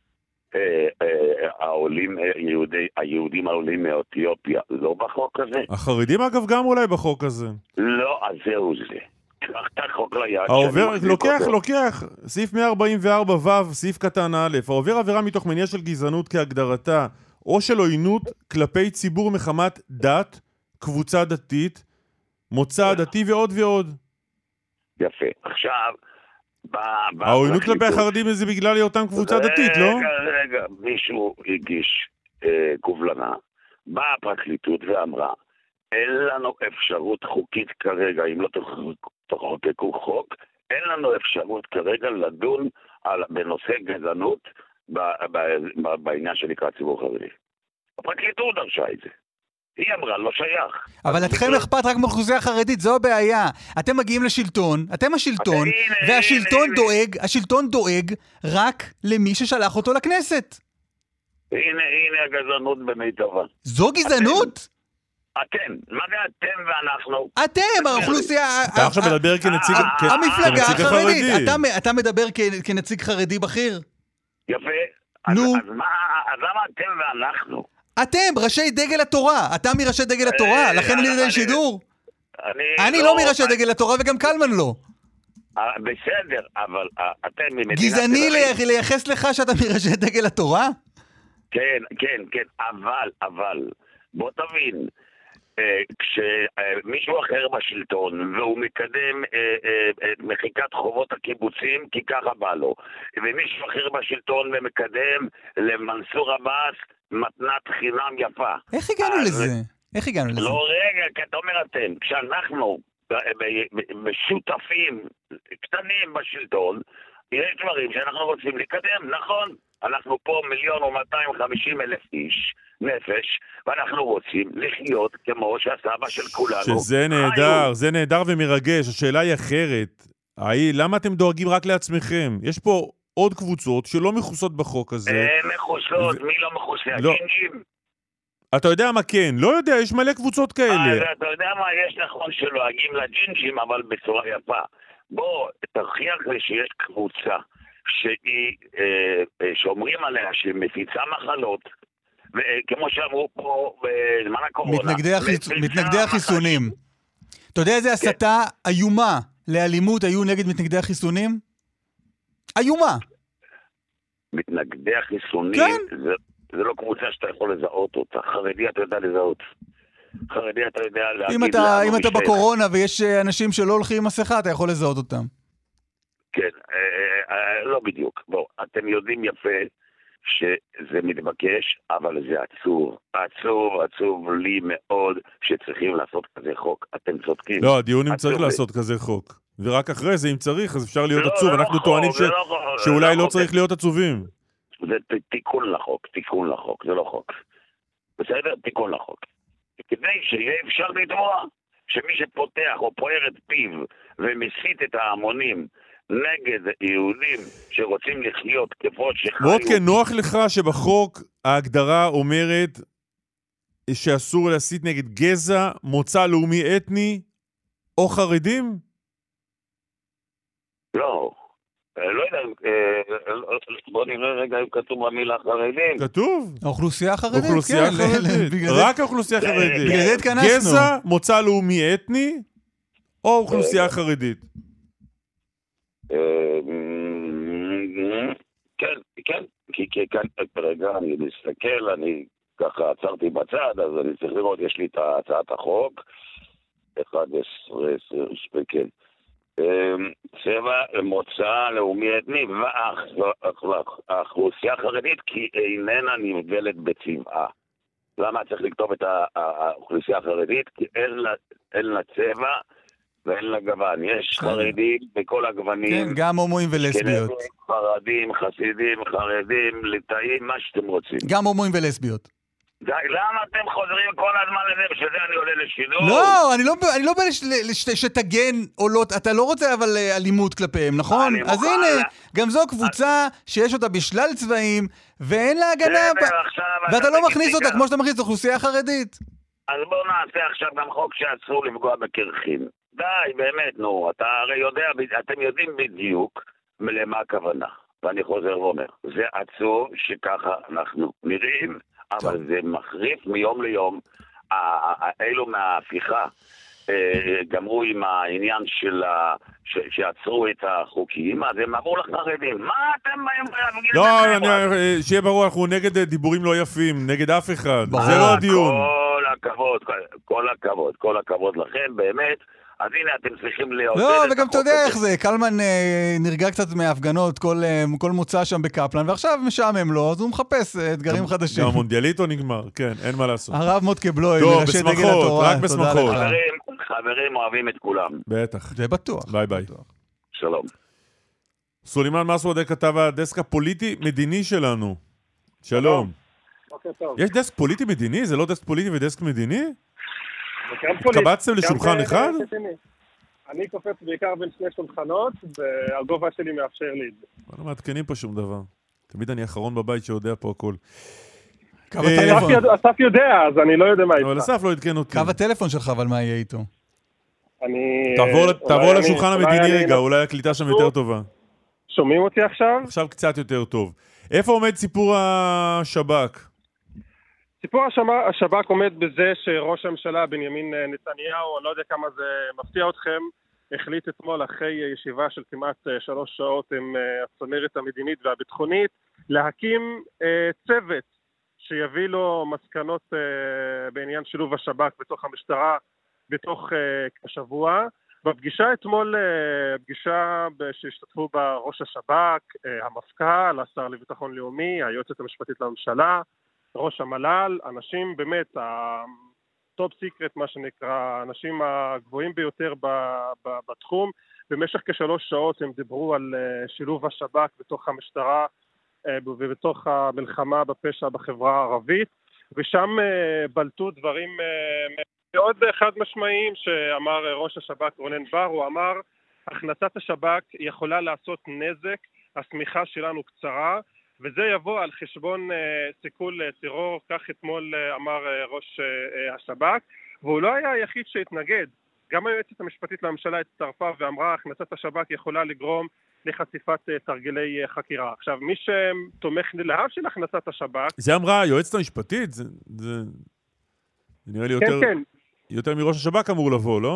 היהודים העולים מאתיופיה לא בחוק הזה? החרדים אגב גם אולי בחוק הזה. לא, אז זהו זה. קח את החוק ליד. לוקח, סעיף 144 ו', סעיף קטן א', העובר עבירה מתוך מניע של גזענות כהגדרתה, או של עוינות כלפי ציבור מחמת דת, קבוצה דתית, מוצא דתי ועוד ועוד. יפה. עכשיו, העוינות כלפי החרדים זה בגלל היותם קבוצה דתית, לא? רגע, מישהו הגיש קובלנה, באה הפרקליטות ואמרה, אין לנו אפשרות חוקית כרגע, אם לא תחוקקו חוק, אין לנו אפשרות כרגע לדון בנושא גזענות בעניין שנקרא ציבור חרדי. הפרקליטות דרשה את זה. היא אמרה, לא שייך. אבל אתכם אכפת רק מאוכלוסייה חרדית, זו הבעיה. אתם מגיעים לשלטון, אתם השלטון, והשלטון דואג רק למי ששלח אותו לכנסת. הנה הגזענות במיטבה. זו גזענות? אתם, מה זה אתם ואנחנו? אתם, האוכלוסייה... אתה עכשיו מדבר כנציג המפלגה החרדית. אתה מדבר כנציג חרדי בכיר? יפה. נו. אז למה אתם ואנחנו? אתם, ראשי דגל התורה. אתה מראשי דגל התורה, לכן אני יודע שידור. אני לא מראשי דגל התורה וגם קלמן לא. בסדר, אבל אתם ממדינת... גזעני לייחס לך שאתה מראשי דגל התורה? כן, אבל בוא תבין, כשמישהו אחר בשלטון והוא מקדם מחיקת חובות הקיבוצים כי ככה בא לו, ומישהו אחר בשלטון ומקדם למנסור עבאס מתנת חינם יפה. איך הגענו לזה? לא רגע, כי אתה אומר אתם, כשאנחנו משותפים קטנים בשלטון, יש דברים שאנחנו רוצים לקדם, נכון? אנחנו פה 1,250,000 איש נפש, ואנחנו רוצים לחיות כמו שהסבא של כולנו. שזה נהדר, זה נהדר ומרגש. השאלה היא אחרת. למה אתם דואגים רק לעצמכם? יש פה עוד קבוצות שלא מחוסות בחוק הזה. מחוסות, מי לא מחוסה? הג'ינג'ים? אתה יודע מה כן? לא יודע, יש מלא קבוצות כאלה. אתה יודע מה, יש נכון שלועגים לג'ינג'ים, אבל בצורה יפה. בוא, תוכיח לי שיש קבוצה שהיא, שאומרים עליה שהיא מפיצה מחלות, וכמו שאמרו פה בזמן הקורונה, מתנגדי החיסונים. אתה יודע איזה הסתה איומה לאלימות היו נגד מתנגדי החיסונים? איומה. מתנגדי החיסונים, זה לא קבוצה שאתה יכול לזהות אותה. חרדי אתה יודע לזהות. חרדי אתה יודע להגיד... אם אתה בקורונה ויש אנשים שלא הולכים עם מסכה, אתה יכול לזהות אותם. כן, לא בדיוק. בוא, אתם יודעים יפה שזה מתבקש, אבל זה עצוב לי מאוד שצריכים לעשות כזה חוק. אתם צודקים. לא, הדיון אם צריך לעשות כזה חוק. ורק אחרי זה, אם צריך, אז אפשר להיות עצוב. אנחנו טוענים שאולי לא צריך להיות עצובים. זה תיקון לחוק, זה לא חוק. בסדר? תיקון לחוק. כדי שיהיה אפשר לתבוע שמי שפותח או פוער את פיו ומסית את ההמונים נגד יהודים שרוצים לחיות כפות שחיו... מאוד כן, נוח לך שבחוק ההגדרה אומרת שאסור להסית נגד גזע, מוצא לאומי אתני או חרדים? לא. לא יודע, בוא נראה רגע אם כתוב במילה חרדים. כתוב. האוכלוסייה החרדית, אוכלוסייה כן. חרדית. רק האוכלוסייה חרדית. בגלל זה התכנסנו. גזע, מוצא לאומי אתני או אוכלוסייה חרדית? כן, כן. כי רגע אני מסתכל, אני ככה עצרתי בצד, אז אני צריך לראות, יש לי את הצעת החוק. 11, כן. צבע, מוצא, לאומי אתני, והאוכלוסייה החרדית כי איננה נבדלת בצבעה. למה צריך לכתוב את האוכלוסייה החרדית? כי אין לה צבע ואין לה גוון. יש חרדים בכל הגוונים. כן, גם הומואים ולסביות. חרדים, חסידים, חרדים, ליטאים, מה שאתם רוצים. גם הומואים ולסביות. למה אתם חוזרים כל הזמן לזה, ושזה אני עולה לשידור? לא, אני לא בא שתגן או לא, אתה לא רוצה אבל אלימות כלפיהם, נכון? אז הנה, גם זו קבוצה שיש אותה בשלל צבעים, ואין לה הגנה, ואתה לא מכניס אותה כמו שאתה מכניס את האוכלוסייה החרדית. אז בואו נעשה עכשיו גם חוק שאסור לפגוע בקרחים. די, באמת, נו, אתה הרי יודע, אתם יודעים בדיוק למה הכוונה. ואני חוזר ואומר, זה עצוב שככה אנחנו נראים, אבל זה מחריף מיום ליום. אלו מההפיכה גמרו עם העניין של שעצרו את החוקים, אז הם אמרו לחרדים, מה אתם באים? לא, שיהיה ברור, אנחנו נגד דיבורים לא יפים, נגד אף אחד, זה לא הדיון. כל הכבוד לכם, באמת. אז הנה, אתם צריכים לעודד את לא, החוק הזה. וגם אתה יודע איך זה, קלמן נרגע קצת מההפגנות, כל מוצא שם בקפלן, ועכשיו משעמם לו, אז הוא מחפש אתגרים חדשים. גם המונדיאליטו נגמר, כן, אין מה לעשות. הרב מוטקה בלוי, טוב, בשמחות, רק בשמחות. חברים אוהבים את כולם. בטח. זה בטוח. ביי ביי. שלום. סולימאן מסוודה כתב הדסק הפוליטי-מדיני שלנו. שלום. יש דסק פוליטי-מדיני? זה לא דסק פוליטי ודסק מדיני? התקבצתם לשולחן אחד? אני קופץ בעיקר בין שני שולחנות, והגובה שלי מאפשר לי את זה. לא מעדכנים פה שום דבר. תמיד אני האחרון בבית שיודע פה הכל. אסף יודע, אז אני לא יודע מה איתך. אבל אסף לא עדכן אותי. קו הטלפון שלך, אבל מה יהיה איתו? תעבור לשולחן המדיני רגע, אולי הקליטה שם יותר טובה. שומעים אותי עכשיו? עכשיו קצת יותר טוב. איפה עומד סיפור השב"כ? סיפור השב"כ עומד בזה שראש הממשלה בנימין נתניהו, אני לא יודע כמה זה מפתיע אתכם, החליט אתמול אחרי ישיבה של כמעט 3 שעות עם הצמרת המדינית והביטחונית, להקים צוות שיביא לו מסקנות בעניין שילוב השב"כ בתוך המשטרה בתוך השבוע. בפגישה אתמול, פגישה שהשתתפו בה ראש השב"כ, המפכ"ל, השר לביטחון לאומי, היועצת המשפטית לממשלה, ראש המל"ל, אנשים באמת, הטופ סיקרט מה שנקרא, האנשים הגבוהים ביותר בתחום. במשך כ3 שעות הם דיברו על שילוב השב"כ בתוך המשטרה ובתוך המלחמה בפשע בחברה הערבית, ושם בלטו דברים מאוד חד משמעיים שאמר ראש השב"כ רונן בר. הוא אמר, הכנסת השב"כ יכולה לעשות נזק, הסמיכה שלנו קצרה, וזה יבוא על חשבון סיכול טרור, כך אתמול אמר ראש השב"כ, והוא לא היה היחיד שהתנגד. גם היועצת המשפטית לממשלה הצטרפה ואמרה, הכנסת השב"כ יכולה לגרום לחשיפת תרגילי חקירה. עכשיו, מי שתומך נלהב של הכנסת השב"כ... זה אמרה היועצת המשפטית? זה נראה לי יותר... כן. יותר מראש השב"כ אמור לבוא, לא?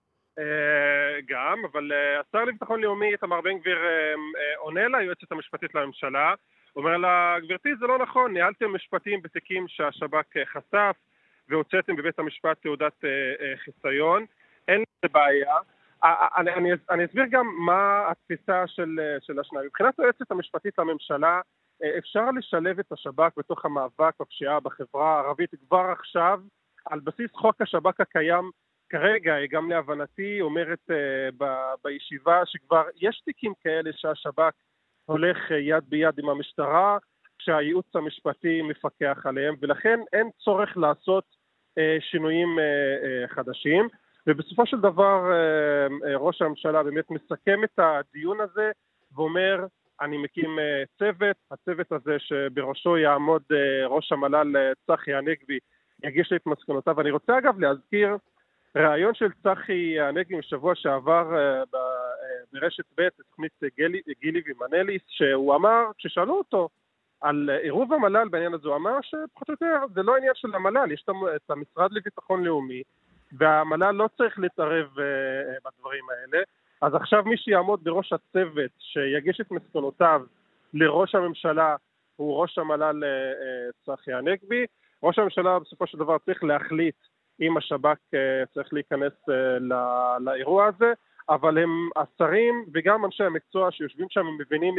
גם, אבל השר לביטחון לאומי, איתמר בן גביר, עונה ליועצת המשפטית לממשלה, אומר לה, גברתי, זה לא נכון, ניהלתם משפטים בתיקים שהשב"כ חשף, והוצאתם בבית המשפט תעודת חיסיון, אין לזה בעיה. אני אסביר גם מה התפיסה של השניים. מבחינת היועצת המשפטית לממשלה, אפשר לשלב את השב"כ בתוך המאבק בפשיעה בחברה הערבית כבר עכשיו, על בסיס חוק השב"כ הקיים כרגע. היא גם להבנתי אומרת בישיבה שכבר יש תיקים כאלה שהשב"כ הולך יד ביד עם המשטרה, כשהייעוץ המשפטי מפקח עליהם, ולכן אין צורך לעשות שינויים חדשים. ובסופו של דבר ראש הממשלה באמת מסכם את הדיון הזה ואומר, אני מקים צוות, הצוות הזה שבראשו יעמוד ראש המל"ל צחי הנגבי, יגיש את מסקנותיו. אני רוצה אגב להזכיר רעיון של צחי הנגבי משבוע שעבר ברשת ב' תוכנית גילי ומנליס, שהוא אמר, כששאלו אותו על עירוב המל"ל בעניין הזה, הוא אמר שפחות או יותר זה לא עניין של המל"ל, יש את המשרד לביטחון לאומי, והמל"ל לא צריך להתערב בדברים האלה. אז עכשיו מי שיעמוד בראש הצוות שיגיש את מסקנותיו לראש הממשלה הוא ראש המל"ל צחי הנגבי. ראש הממשלה בסופו של דבר צריך להחליט אם השב"כ צריך להיכנס לאירוע הזה, אבל הם השרים וגם אנשי המקצוע שיושבים שם הם מבינים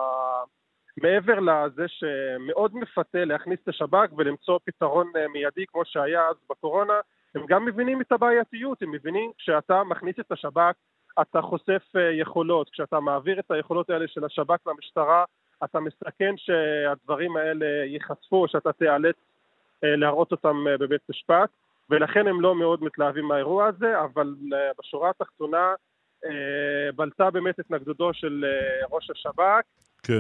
מעבר לזה שמאוד מפתה להכניס את השב"כ ולמצוא פתרון מיידי כמו שהיה אז בקורונה, הם גם מבינים את הבעייתיות, הם מבינים כשאתה מכניס את השב"כ אתה חושף יכולות, כשאתה מעביר את היכולות האלה של השב"כ למשטרה אתה מסכן שהדברים האלה ייחשפו, שאתה תיאלץ להראות אותם בבית משפט, ולכן הם לא מאוד מתלהבים מהאירוע הזה, אבל בשורה התחתונה בלטה באמת התנגדותו של ראש השב"כ, כן.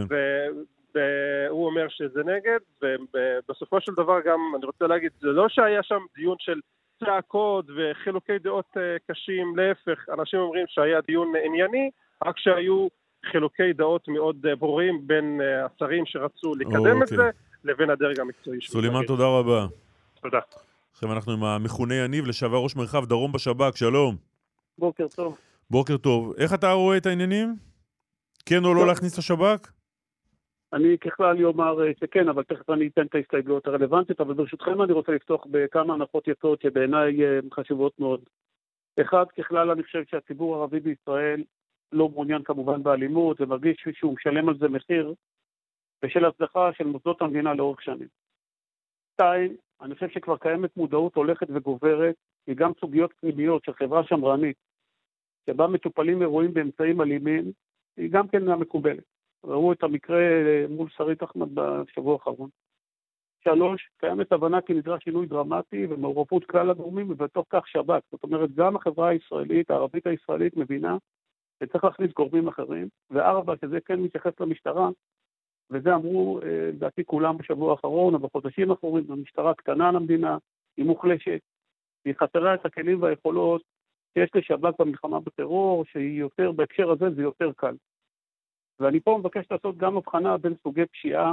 והוא אומר שזה נגד, ובסופו של דבר גם אני רוצה להגיד, זה לא שהיה שם דיון של צעקות וחילוקי דעות קשים, להפך, אנשים אומרים שהיה דיון ענייני, רק שהיו חילוקי דעות מאוד ברורים בין השרים שרצו לקדם את זה, לבין הדרג המקצועי. סולימן, תודה רבה. תודה. עכשיו אנחנו עם המכונה יניב, לשעבר ראש מרחב דרום בשב"כ, שלום. בוקר טוב. בוקר טוב. איך אתה רואה את העניינים? כן או לא להכניס את השב"כ? אני ככלל יאמר שכן, אבל תכף אני אתן את ההסתייגויות הרלוונטיות, אבל ברשותכם אני רוצה לפתוח בכמה הנחות יסוד שבעיניי חשובות מאוד. אחד, ככלל אני חושב שהציבור הערבי בישראל לא מעוניין כמובן באלימות, ומרגיש שהוא משלם על זה מחיר, בשל הצלחה של מוסדות המדינה לאורך שנים. שתיים, אני חושב שכבר קיימת מודעות הולכת וגוברת, היא גם סוגיות פנימיות של חברה שמרנית, שבה מטופלים אירועים באמצעים אלימים, היא גם כן מקובלת. ראו את המקרה מול שרית אחמד בשבוע האחרון. 3, קיימת הבנה כי נדרש שינוי דרמטי ומעורבות כלל הגורמים, ובתוך כך שב"כ. זאת אומרת, גם החברה הישראלית, הערבית הישראלית, מבינה שצריך להכניס גורמים אחרים. 4, שזה כן מתייחס למשטרה, וזה אמרו, לדעתי כולם בשבוע האחרון, אבל בחודשים האחרונים, המשטרה קטנה למדינה, היא מוחלשת, היא חסרה את הכלים והיכולות שיש לשב"כ במלחמה בטרור, שהיא יותר, בהקשר הזה זה יותר קל. ואני פה מבקש לעשות גם הבחנה בין סוגי פשיעה.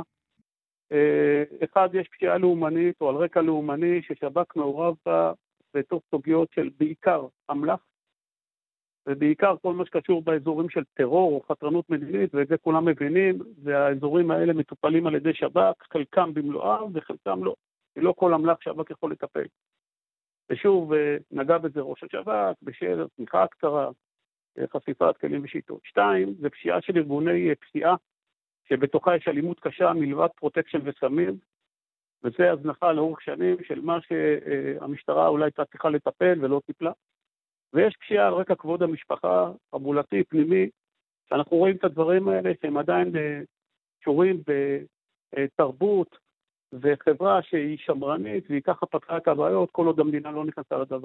אחד, יש פשיעה לאומנית או על רקע לאומני ששב"כ מעורב בה בתוך סוגיות של בעיקר אמל"ח, ובעיקר כל מה שקשור באזורים של טרור או חתרנות מדינית, ואת זה כולם מבינים, והאזורים האלה מטופלים על ידי שב"כ, חלקם במלואם וחלקם לא. לא כל אמל"ח שב"כ יכול לטפל. ושוב, נגע בזה ראש השב"כ, בשל תמיכה קצרה, חשיפת כלים ושיטות. 2, זה פשיעה של ארגוני פשיעה, שבתוכה יש אלימות קשה מלבד פרוטקשן וסמים, וזה הזנחה לאורך שנים של מה שהמשטרה אולי צריכה לטפל ולא טיפלה. ויש פשיעה על רקע כבוד המשפחה, חבולתי, פנימי, שאנחנו רואים את הדברים האלה שהם עדיין קשורים בתרבות וחברה שהיא שמרנית, והיא ככה פתחה את הבעיות, כל עוד המדינה לא נכנסה לדבר.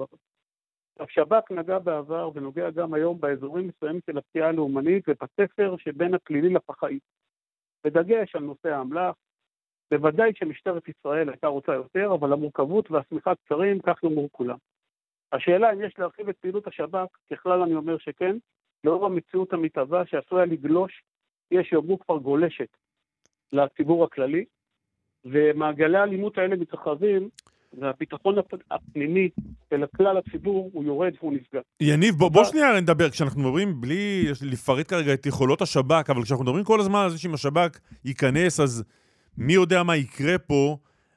השב"כ נגע בעבר ונוגע גם היום באזורים מסוימים של הפשיעה הלאומנית ובתפר שבין הפלילי לפח"עי. בדגש על נושא האמל"ח, בוודאי שמשטרת ישראל הייתה רוצה יותר, אבל המורכבות והסמיכה קצרים, כך יאמרו כולם. השאלה אם יש להרחיב את פעילות השב"כ, ככלל אני אומר שכן, לאור המציאות המתהווה שעשויה לגלוש, יש יאמרו כבר גולשת לציבור הכללי, ומעגלי האלימות האלה מתרחבים, והביטחון הפנימי של הכלל הציבור הוא יורד והוא נפגע. יניב, בוא שנייה נדבר, כשאנחנו מדברים בלי לפרט כרגע את יכולות השב"כ, אבל כשאנחנו מדברים כל הזמן על זה שאם השב"כ ייכנס, אז מי יודע מה יקרה פה,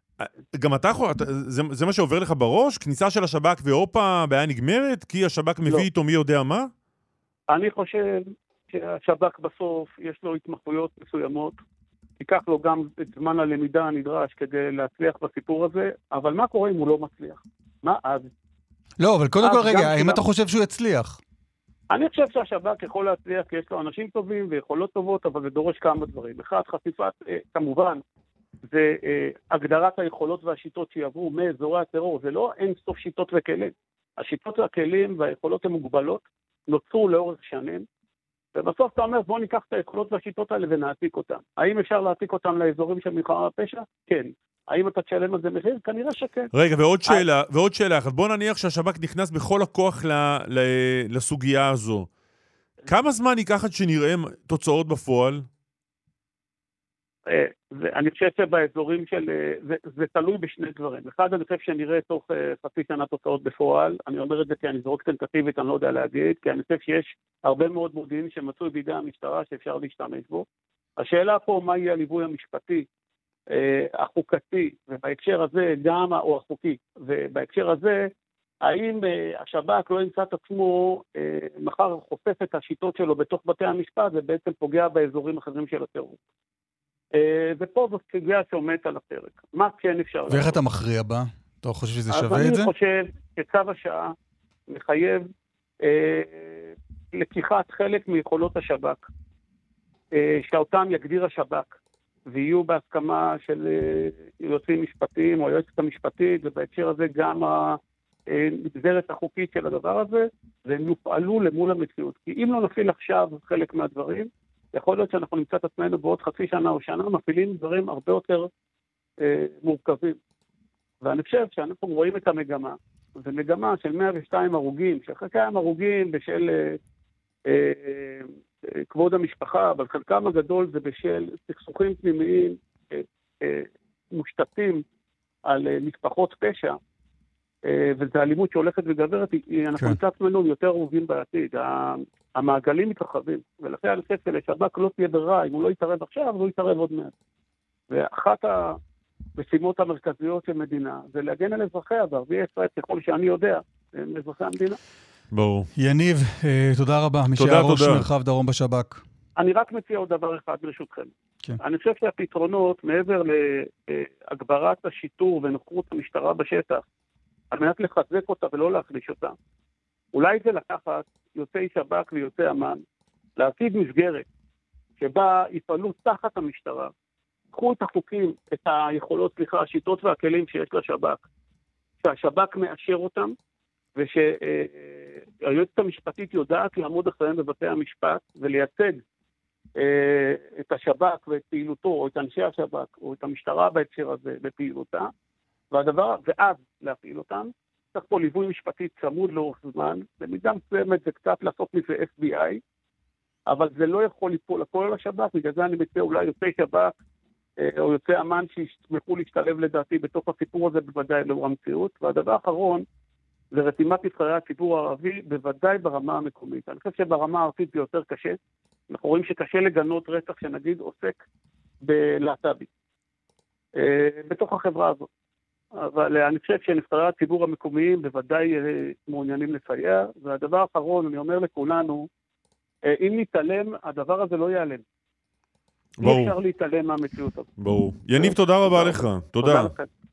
גם אתה יכול, זה מה שעובר לך בראש? כניסה של השב"כ ואופה בעיה נגמרת? כי השב"כ מביא איתו מי יודע מה? אני חושב שהשב"כ בסוף יש לו התמחויות מסוימות, ייקח לו גם את זמן הלמידה הנדרש כדי להצליח בסיפור הזה, אבל מה קורה אם הוא לא מצליח? מה אז? לא, אבל קודם כל רגע, האם אתה חושב שהוא יצליח? אני חושב שהשב"כ יכול להצליח, כי יש לו אנשים טובים ויכולות טובות, אבל זה דורש כמה דברים. אחד, חשיפת, כמובן, זה הגדרת היכולות והשיטות שיעברו מאזורי הטרור, זה לא אין סוף שיטות וכלים. השיטות והכלים והיכולות הן מוגבלות, נוצרו לאורך שנים, ובסוף אתה אומר, בוא ניקח את היכולות והשיטות האלה ונעתיק אותם. האם אפשר להעתיק אותם לאזורים של מלחמה בפשע? כן. האם אתה תשלם על זה מחיר? כנראה שכן. רגע, ועוד שאלה אחת. בוא נניח שהשב"כ נכנס בכל הכוח לסוגיה הזו. כמה זמן ייקח עד שנראה תוצאות בפועל? אני חושב שבאזורים זה תלוי בשני דברים. אחד, אני חושב שנראה תוך חצי שנה תוצאות בפועל. אני אומר את זה כי אני זורק טנטטיבית, אני לא יודע להגיד, כי אני חושב שיש הרבה מאוד מודיעין שמצוי בידי המשטרה שאפשר להשתמש בו. השאלה פה, מה יהיה הליווי המשפטי, החוקתי, ובהקשר הזה גם, או החוקי, ובהקשר הזה, האם השב"כ לא ימצא את עצמו מחר חושף את השיטות שלו בתוך בתי המשפט, ובעצם פוגע באזורים אחרים של הטרור. ופה זאת סוגיה שעומדת על הפרק. מה כן אפשר לעשות? ואיך אתה מכריע בה? אתה חושב שזה שווה את זה? אז אני חושב שצו השעה מחייב לקיחת חלק מיכולות השב"כ, שאותם יגדיר השב"כ, ויהיו בהסכמה של יועצים משפטיים או היועצת המשפטית, ובהקשר הזה גם הנגזרת החוקית של הדבר הזה, והם יופעלו למול המציאות. כי אם לא נפעיל עכשיו חלק מהדברים, יכול להיות שאנחנו נמצא את עצמנו בעוד חצי שנה או שנה, מפעילים דברים הרבה יותר מורכבים. ואני חושב שאנחנו רואים את המגמה, זה מגמה של 102 הרוגים, שחלקם הרוגים בשל כבוד המשפחה, אבל חלקם הגדול זה בשל סכסוכים פנימיים מושתתים על משפחות פשע, וזו אלימות שהולכת וגברת, אנחנו נמצא עצמנו יותר הרוגים בעתיד. המעגלים מתרחבים, ולכן אני חושב שלשב"כ לא תהיה ברירה, אם הוא לא יתערב עכשיו, הוא יתערב עוד מעט. ואחת המשימות המרכזיות של מדינה, זה להגן על אזרחיה, וערביי ישראל, ככל שאני יודע, הם אזרחי המדינה. ברור. יניב, תודה רבה. מי שהיה ראש מרחב דרום בשב"כ. אני רק מציע עוד דבר אחד ברשותכם. כן. אני חושב שהפתרונות, מעבר להגברת השיטור ונוכחות המשטרה בשטח, על מנת לחזק אותה ולא להחליש אותה, אולי זה לקחת יוצאי שב"כ ויוצאי אמ"ן, להרכיב מסגרת שבה יפעלו תחת המשטרה, קחו את החוקים, את היכולות, השיטות והכלים שיש לשב"כ, שהשב"כ מאשר אותם, ושהיועצת המשפטית יודעת לעמוד אחריהם בבתי המשפט, ולייצג את השב"כ ואת פעילותו, או את אנשי השב"כ, או את המשטרה בהקשר הזה בפעילותה, ואז להפעיל אותם. צריך פה ליווי משפטי צמוד לאורך זמן, במידה מסוימת זה קצת לעשות מזה FBI, אבל זה לא יכול ליפול הכל על השב"כ, בגלל זה אני מציע אולי יוצאי שב"כ, או יוצאי אמ"ן שישמחו להשתלב לדעתי בתוך הסיפור הזה, בוודאי לאור המציאות. והדבר האחרון, זה רתימת נבחרי הציבור הערבי, בוודאי ברמה המקומית. אני חושב שברמה הארצית זה יותר קשה, אנחנו רואים שקשה לגנות רצח שנגיד עוסק בלהט"בי, בתוך החברה הזאת. אבל אני חושב שנבחרי הציבור המקומיים בוודאי מעוניינים לסייע, והדבר האחרון, אני אומר לכולנו, אם נתעלם, הדבר הזה לא ייעלם. ברור. אי אפשר להתעלם מהמציאות הזאת. ברור. יניב, תודה רבה לך. תודה.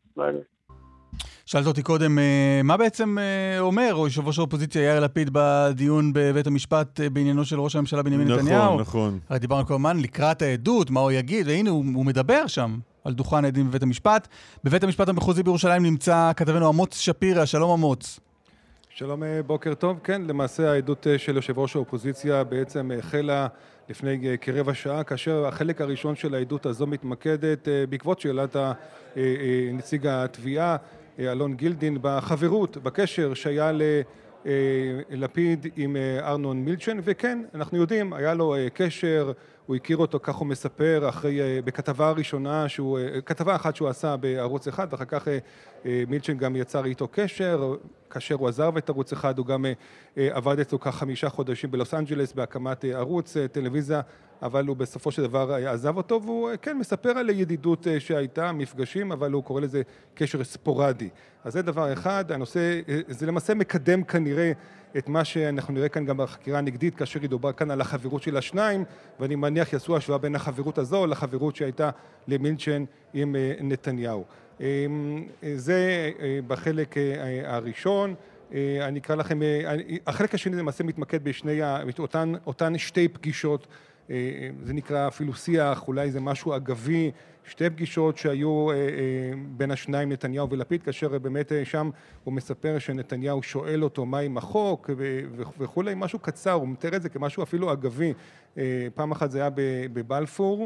שאלת אותי קודם, מה בעצם אומר יושב ראש האופוזיציה יאיר לפיד בדיון בבית המשפט בעניינו של ראש הממשלה בנימין נתניהו? נכון. הרי דיברנו כמובן לקראת העדות, מה הוא יגיד, והנה הוא מדבר שם על דוכן העדים בבית המשפט. בבית המשפט המחוזי בירושלים נמצא כתבנו אמוץ שפירא. שלום אמוץ. שלום, בוקר טוב. כן, למעשה העדות של יושב ראש האופוזיציה בעצם החלה לפני כרבע שעה, כאשר החלק הראשון של העדות הזו מתמקדת בעקבות שאלת נציג התביעה, אלון גילדין, בחברות, בקשר שהיה ללפיד עם ארנון מילצ'ן, וכן, אנחנו יודעים, היה לו קשר, הוא הכיר אותו, כך הוא מספר, בכתבה הראשונה, כתבה אחת שהוא עשה בערוץ אחד, ואחר כך מילצ'ן גם יצר איתו קשר, כאשר הוא עזב את ערוץ אחד, הוא גם עבד אצלו 5 חודשים בלוס אנג'לס בהקמת ערוץ טלוויזיה, אבל הוא בסופו של דבר עזב אותו, והוא כן מספר על הידידות שהייתה, מפגשים, אבל הוא קורא לזה קשר ספורדי. אז זה דבר אחד, הנושא, זה למעשה מקדם כנראה את מה שאנחנו נראה כאן גם בחקירה הנגדית, כאשר ידובר כאן על החברות של השניים, ואני מניח יעשו השוואה בין החברות הזו לחברות שהייתה למילצ'ן עם נתניהו. זה בחלק הראשון. אני אקרא לכם, החלק השני למעשה מתמקד אותן שתי פגישות, זה נקרא אפילו שיח, אולי זה משהו אגבי, שתי פגישות שהיו בין השניים נתניהו ולפיד, כאשר באמת שם הוא מספר שנתניהו שואל אותו מה עם החוק וכולי, משהו קצר, הוא מתאר את זה כמשהו אפילו אגבי. פעם אחת זה היה בבלפור,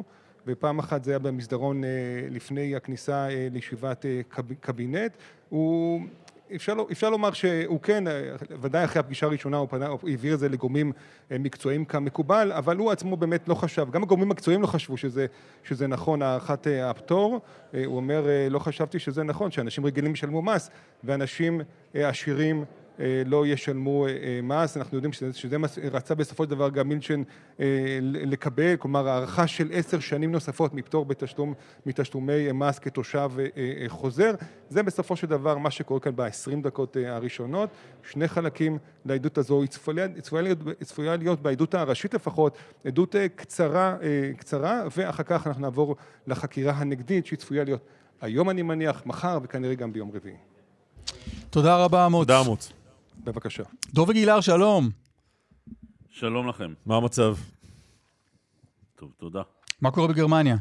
ופעם אחת זה היה במסדרון לפני הכניסה לישיבת קבינט. אפשר לומר שהוא כן, ודאי אחרי הפגישה הראשונה הוא העביר את זה לגורמים מקצועיים כמקובל, אבל הוא עצמו באמת לא חשב, גם הגורמים מקצועיים לא חשבו שזה נכון, הארכת הפטור. הוא אומר, לא חשבתי שזה נכון, שאנשים רגילים ישלמו מס, ואנשים עשירים לא ישלמו מס. אנחנו יודעים שזה רצה בסופו של דבר גם מילצ'ן לקבל, כלומר הערכה של 10 שנים נוספות מפטור מתשלומי מס כתושב חוזר. זה בסופו של דבר מה שקורה כאן ב-20 דקות הראשונות. שני חלקים לעדות הזו, צפויה להיות בעדות הראשית לפחות, עדות קצרה, ואחר כך אנחנו נעבור לחקירה הנגדית שהיא צפויה להיות היום אני מניח, מחר וכנראה גם ביום רביעי. תודה רבה עמוץ. תודה עמוץ. בבקשה. דובי גילר, שלום. שלום לכם. מה המצב? טוב, תודה. מה קורה בגרמניה?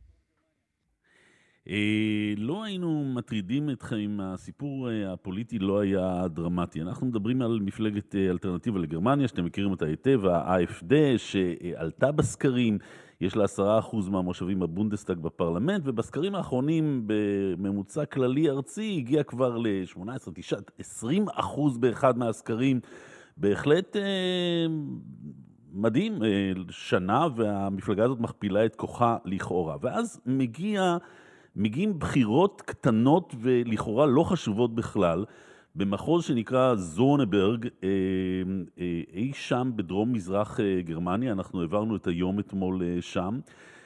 לא היינו מטרידים אתכם אם הסיפור הפוליטי לא היה דרמטי. אנחנו מדברים על מפלגת אלטרנטיבה לגרמניה, שאתם מכירים אותה היטב, ה-AfD, שעלתה בסקרים, יש לה 10% מהמושבים בבונדסטאג בפרלמנט, ובסקרים האחרונים בממוצע כללי ארצי הגיע כבר ל-18, 19, 20% באחד מהסקרים. בהחלט מדהים, שנה, והמפלגה הזאת מכפילה את כוחה לכאורה. ואז מגיעים בחירות קטנות ולכאורה לא חשובות בכלל, במחוז שנקרא זונברג, אי שם בדרום מזרח גרמניה. אנחנו העברנו את היום אתמול שם.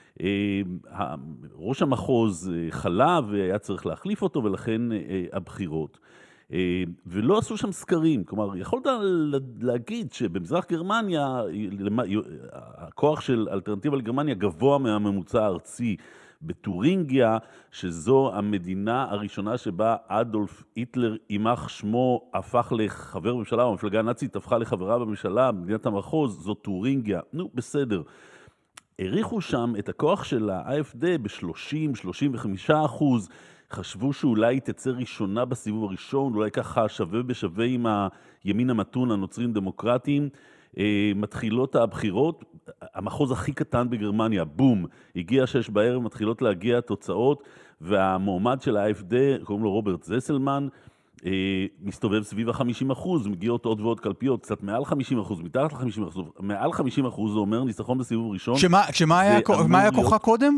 ראש המחוז חלה והיה צריך להחליף אותו, ולכן הבחירות. ולא עשו שם סקרים. כלומר, יכולת להגיד שבמזרח גרמניה, הכוח של אלטרנטיבה לגרמניה גבוה מהממוצע הארצי. בטורינגיה, שזו המדינה הראשונה שבה אדולף היטלר, יימח שמו, הפך לחבר בממשלה, או המפלגה הנאצית הפכה לחברה בממשלה, במדינת המחוז, זו טורינגיה. נו, בסדר. העריכו שם את הכוח של ה-AfD ב-30-35%, חשבו שאולי תצא ראשונה בסיבוב הראשון, אולי ככה שווה בשווה עם הימין המתון, הנוצרים דמוקרטיים. מתחילות הבחירות, המחוז הכי קטן בגרמניה, בום, הגיע 6 בערב, מתחילות להגיע התוצאות, והמועמד של ה-AfD, קוראים לו רוברט זסלמן, מסתובב סביב ה-50%, מגיעות עוד ועוד קלפיות, קצת מעל 50%, מתחת ל-50%, מעל 50% זה אומר ניצחון בסיבוב ראשון. מה היה כוחה קודם?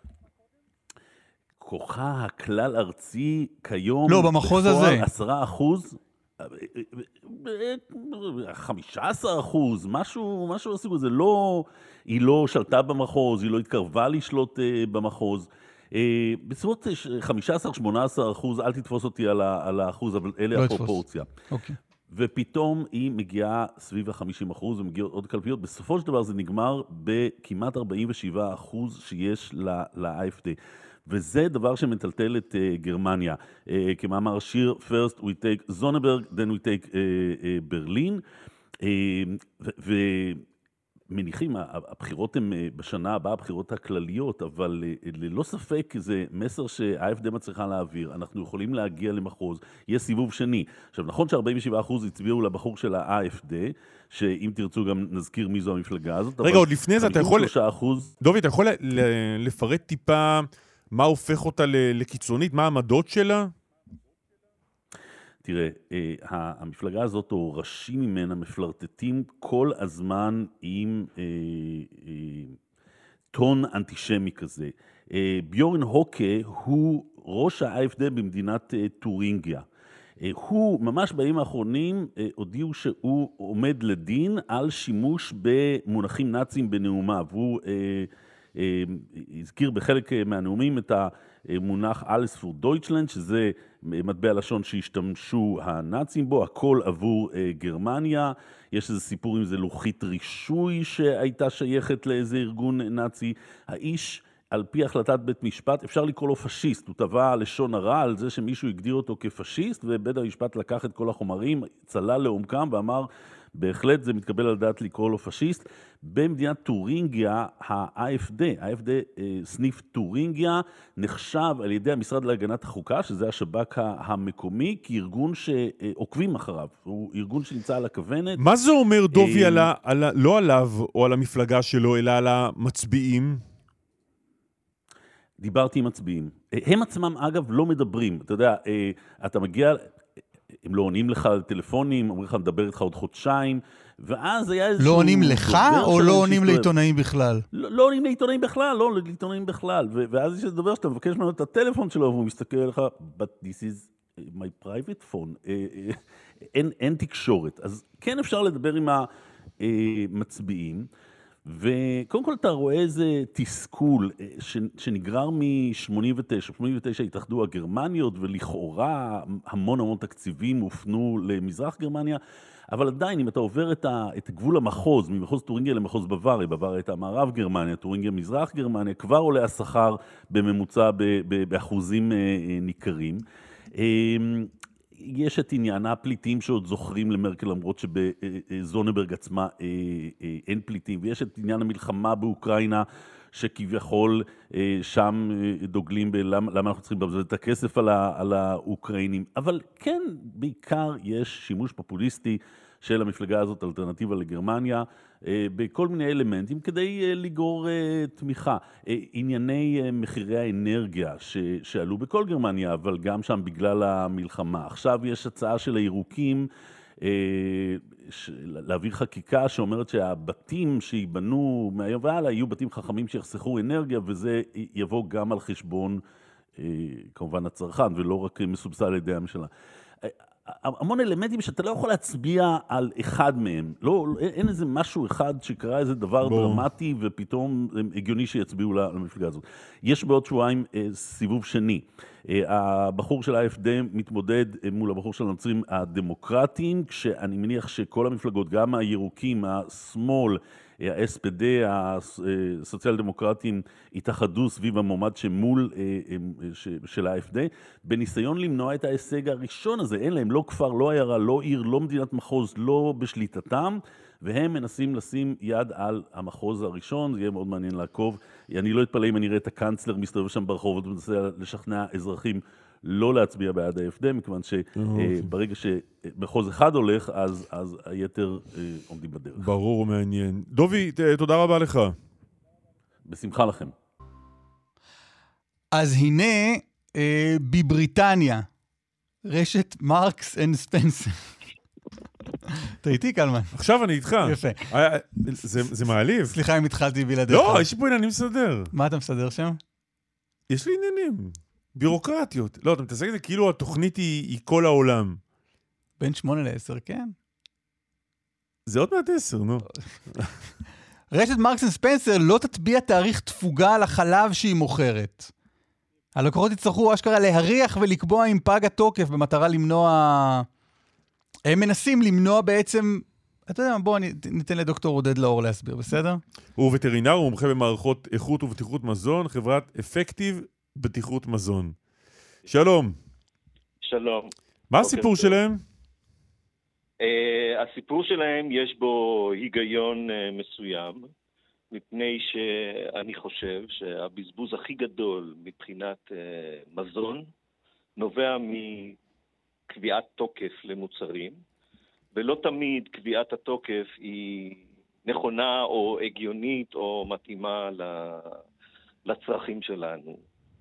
כוחה הכלל ארצי כיום, לא, במחוז הזה. 10%, 15%, משהו עשו את זה, היא לא שלטה במחוז, היא לא התקרבה לשלוט במחוז. בסביבות 15-18%, אל תתפוס אותי על האחוז, אבל אלה הפרופורציה. ופתאום היא מגיעה סביב ה-50%, ומגיעות עוד קלפיות. בסופו של דבר זה נגמר בכמעט 47% שיש ל-AfD. וזה דבר שמטלטל את גרמניה. כמאמר שיר, first we take זונברג, then we take ברלין, ומניחים, הבחירות הן בשנה הבאה, הבחירות הכלליות, אבל ללא ספק זה מסר שה-AfD מצליחה להעביר, אנחנו יכולים להגיע למחוז, יהיה סיבוב שני. עכשיו, נכון ש-47% הצביעו לבחור של ה-AfD, שאם תרצו גם נזכיר מי זו המפלגה הזאת. רגע, עוד לפני זה אתה יכול... דובי, אתה יכול לפרט טיפה... מה הופך אותה לקיצונית? מה העמדות שלה? תראה, המפלגה הזאת, או ראשים ממנה, מפלרטטים כל הזמן עם טון אנטישמי כזה. ביורן הוקה הוא ראש ה-AfD במדינת טורינגיה. הוא ממש בימים האחרונים הודיעו שהוא עומד לדין על שימוש במונחים נאציים בנאומיו. הוא הזכיר בחלק מהנאומים את המונח Alles für Deutschland, שזה מטבע לשון שהשתמשו הנאצים בו, הכל עבור גרמניה. יש איזה סיפור עם זה לוחית רישוי שהייתה שייכת לאיזה ארגון נאצי. האיש, על פי החלטת בית משפט, אפשר לקרוא לו פשיסט. הוא טבע לשון הרע על זה שמישהו הגדיר אותו כפשיסט, ובית המשפט לקח את כל החומרים, צלל לעומקם ואמר, בהחלט זה מתקבל על דעת לקרוא לו פשיסט. במדינת טורינגיה, ה-AfD, סניף טורינגיה, נחשב על ידי המשרד להגנת החוקה, שזה השב"כ המקומי, כארגון שעוקבים אחריו. הוא ארגון שנמצא על הכוונת. מה זה אומר, דובי, לא עליו או על המפלגה שלו, אלא על המצביעים? דיברתי עם מצביעים. הם עצמם, אגב, לא מדברים. אתה יודע, אתה מגיע, הם לא עונים לך לטלפונים, אומרים לך, נדבר איתך עוד חודשיים, ואז היה איזשהו... לא עונים לך או לא עונים לעיתונאים בכלל? לא עונים לעיתונאים בכלל, לא לעיתונאים בכלל. ואז יש לדבר שאתה מבקש ממנו את הטלפון שלו, והוא מסתכל עליך, but this is my private phone. אין תקשורת. אז כן אפשר לדבר עם המצביעים, וקודם כל אתה רואה איזה תסכול שנגרר מ-89, 89 התאחדו הגרמניות, ולכאורה המון תקציבים הופנו למזרח גרמניה, אבל עדיין אם אתה עובר את גבול המחוז, ממחוז טורינגיה למחוז בוואריה, בוואריה הייתה מערב גרמניה, טורינגיה מזרח גרמניה, כבר עולה השכר בממוצע באחוזים ניכרים. יש את עניין הפליטים שעוד זוכרים למרקל, למרות שבזונברג עצמה אין פליטים, ויש את עניין המלחמה באוקראינה, שכביכול שם דוגלים למה אנחנו צריכים לבזבז את הכסף על האוקראינים. אבל כן, בעיקר יש שימוש פופוליסטי של המפלגה הזאת, אלטרנטיבה לגרמניה, בכל מיני אלמנטים כדי לגרור תמיכה. ענייני מחירי האנרגיה שעלו בכל גרמניה, אבל גם שם בגלל המלחמה. עכשיו יש הצעה של הירוקים להעביר חקיקה שאומרת שהבתים שיבנו מהיום והלאה יהיו בתים חכמים שיחסכו אנרגיה, וזה יבוא גם על חשבון כמובן הצרכן, ולא רק מסובסד על ידי הממשלה. המון אלמנטים שאתה לא יכול להצביע על אחד מהם. אין איזה משהו אחד שקרה איזה דבר דרמטי, ופתאום הגיוני שיצביעו למפלגה הזאת. יש בעוד שבועיים סיבוב שני. הבחור של ה-AfD מתמודד מול הבחור של הנוצרים הדמוקרטיים, כשאני מניח שכל המפלגות, גם הירוקים, השמאל, ה-SPD, הסוציאל דמוקרטים, התאחדו סביב המועמד שמול של ה-AfD, בניסיון למנוע את ההישג הראשון הזה. אין להם לא כפר, לא עיירה, לא עיר, לא מדינת מחוז, לא בשליטתם, והם מנסים לשים יד על המחוז הראשון. זה יהיה מאוד מעניין לעקוב. אני לא אתפלא אם אני אראה את הקנצלר מסתובב שם ברחובות ומנסה לשכנע אזרחים לא להצביע בעד ה-AfD, מכיוון שברגע שמחוז אחד הולך, אז היתר עומדים בדרך. ברור ומעניין. דובי, תודה רבה לך. בשמחה לכם. אז הנה, בבריטניה, רשת מרקס אנד ספנסר. אתה איתי, קלמן? עכשיו אני איתך. יפה. זה מעליב. סליחה אם התחלתי בלעדיך. לא, יש לי פה עניינים מסדר. מה אתה מסדר שם? יש לי עניינים. בירוקרטיות. לא, אתה מתעסק את זה כאילו התוכנית היא כל העולם. בין 8 ל-10, כן. זה עוד מעט 10, נו. רשת מרקס אנד ספנסר לא תטביע תאריך תפוגה על החלב שהיא מוכרת. הלקוחות יצטרכו אשכרה להריח ולקבוע אם פג התוקף במטרה למנוע... הם מנסים למנוע בעצם... אתה יודע, בואו ניתן לדוקטור עודד לאור להסביר, בסדר? הוא וטרינר, הוא מומחה במערכות איכות ובטיחות מזון, חברת אפקטיב בטיחות מזון. שלום. שלום. מה הסיפור שלהם? הסיפור שלהם יש בו היגיון מסוים, מפני שאני חושב שהבזבוז הכי גדול מבחינת מזון נובע מקביעת תוקף למוצרים, ולא תמיד קביעת התוקף היא נכונה או הגיונית או מתאימה לצרכים שלנו.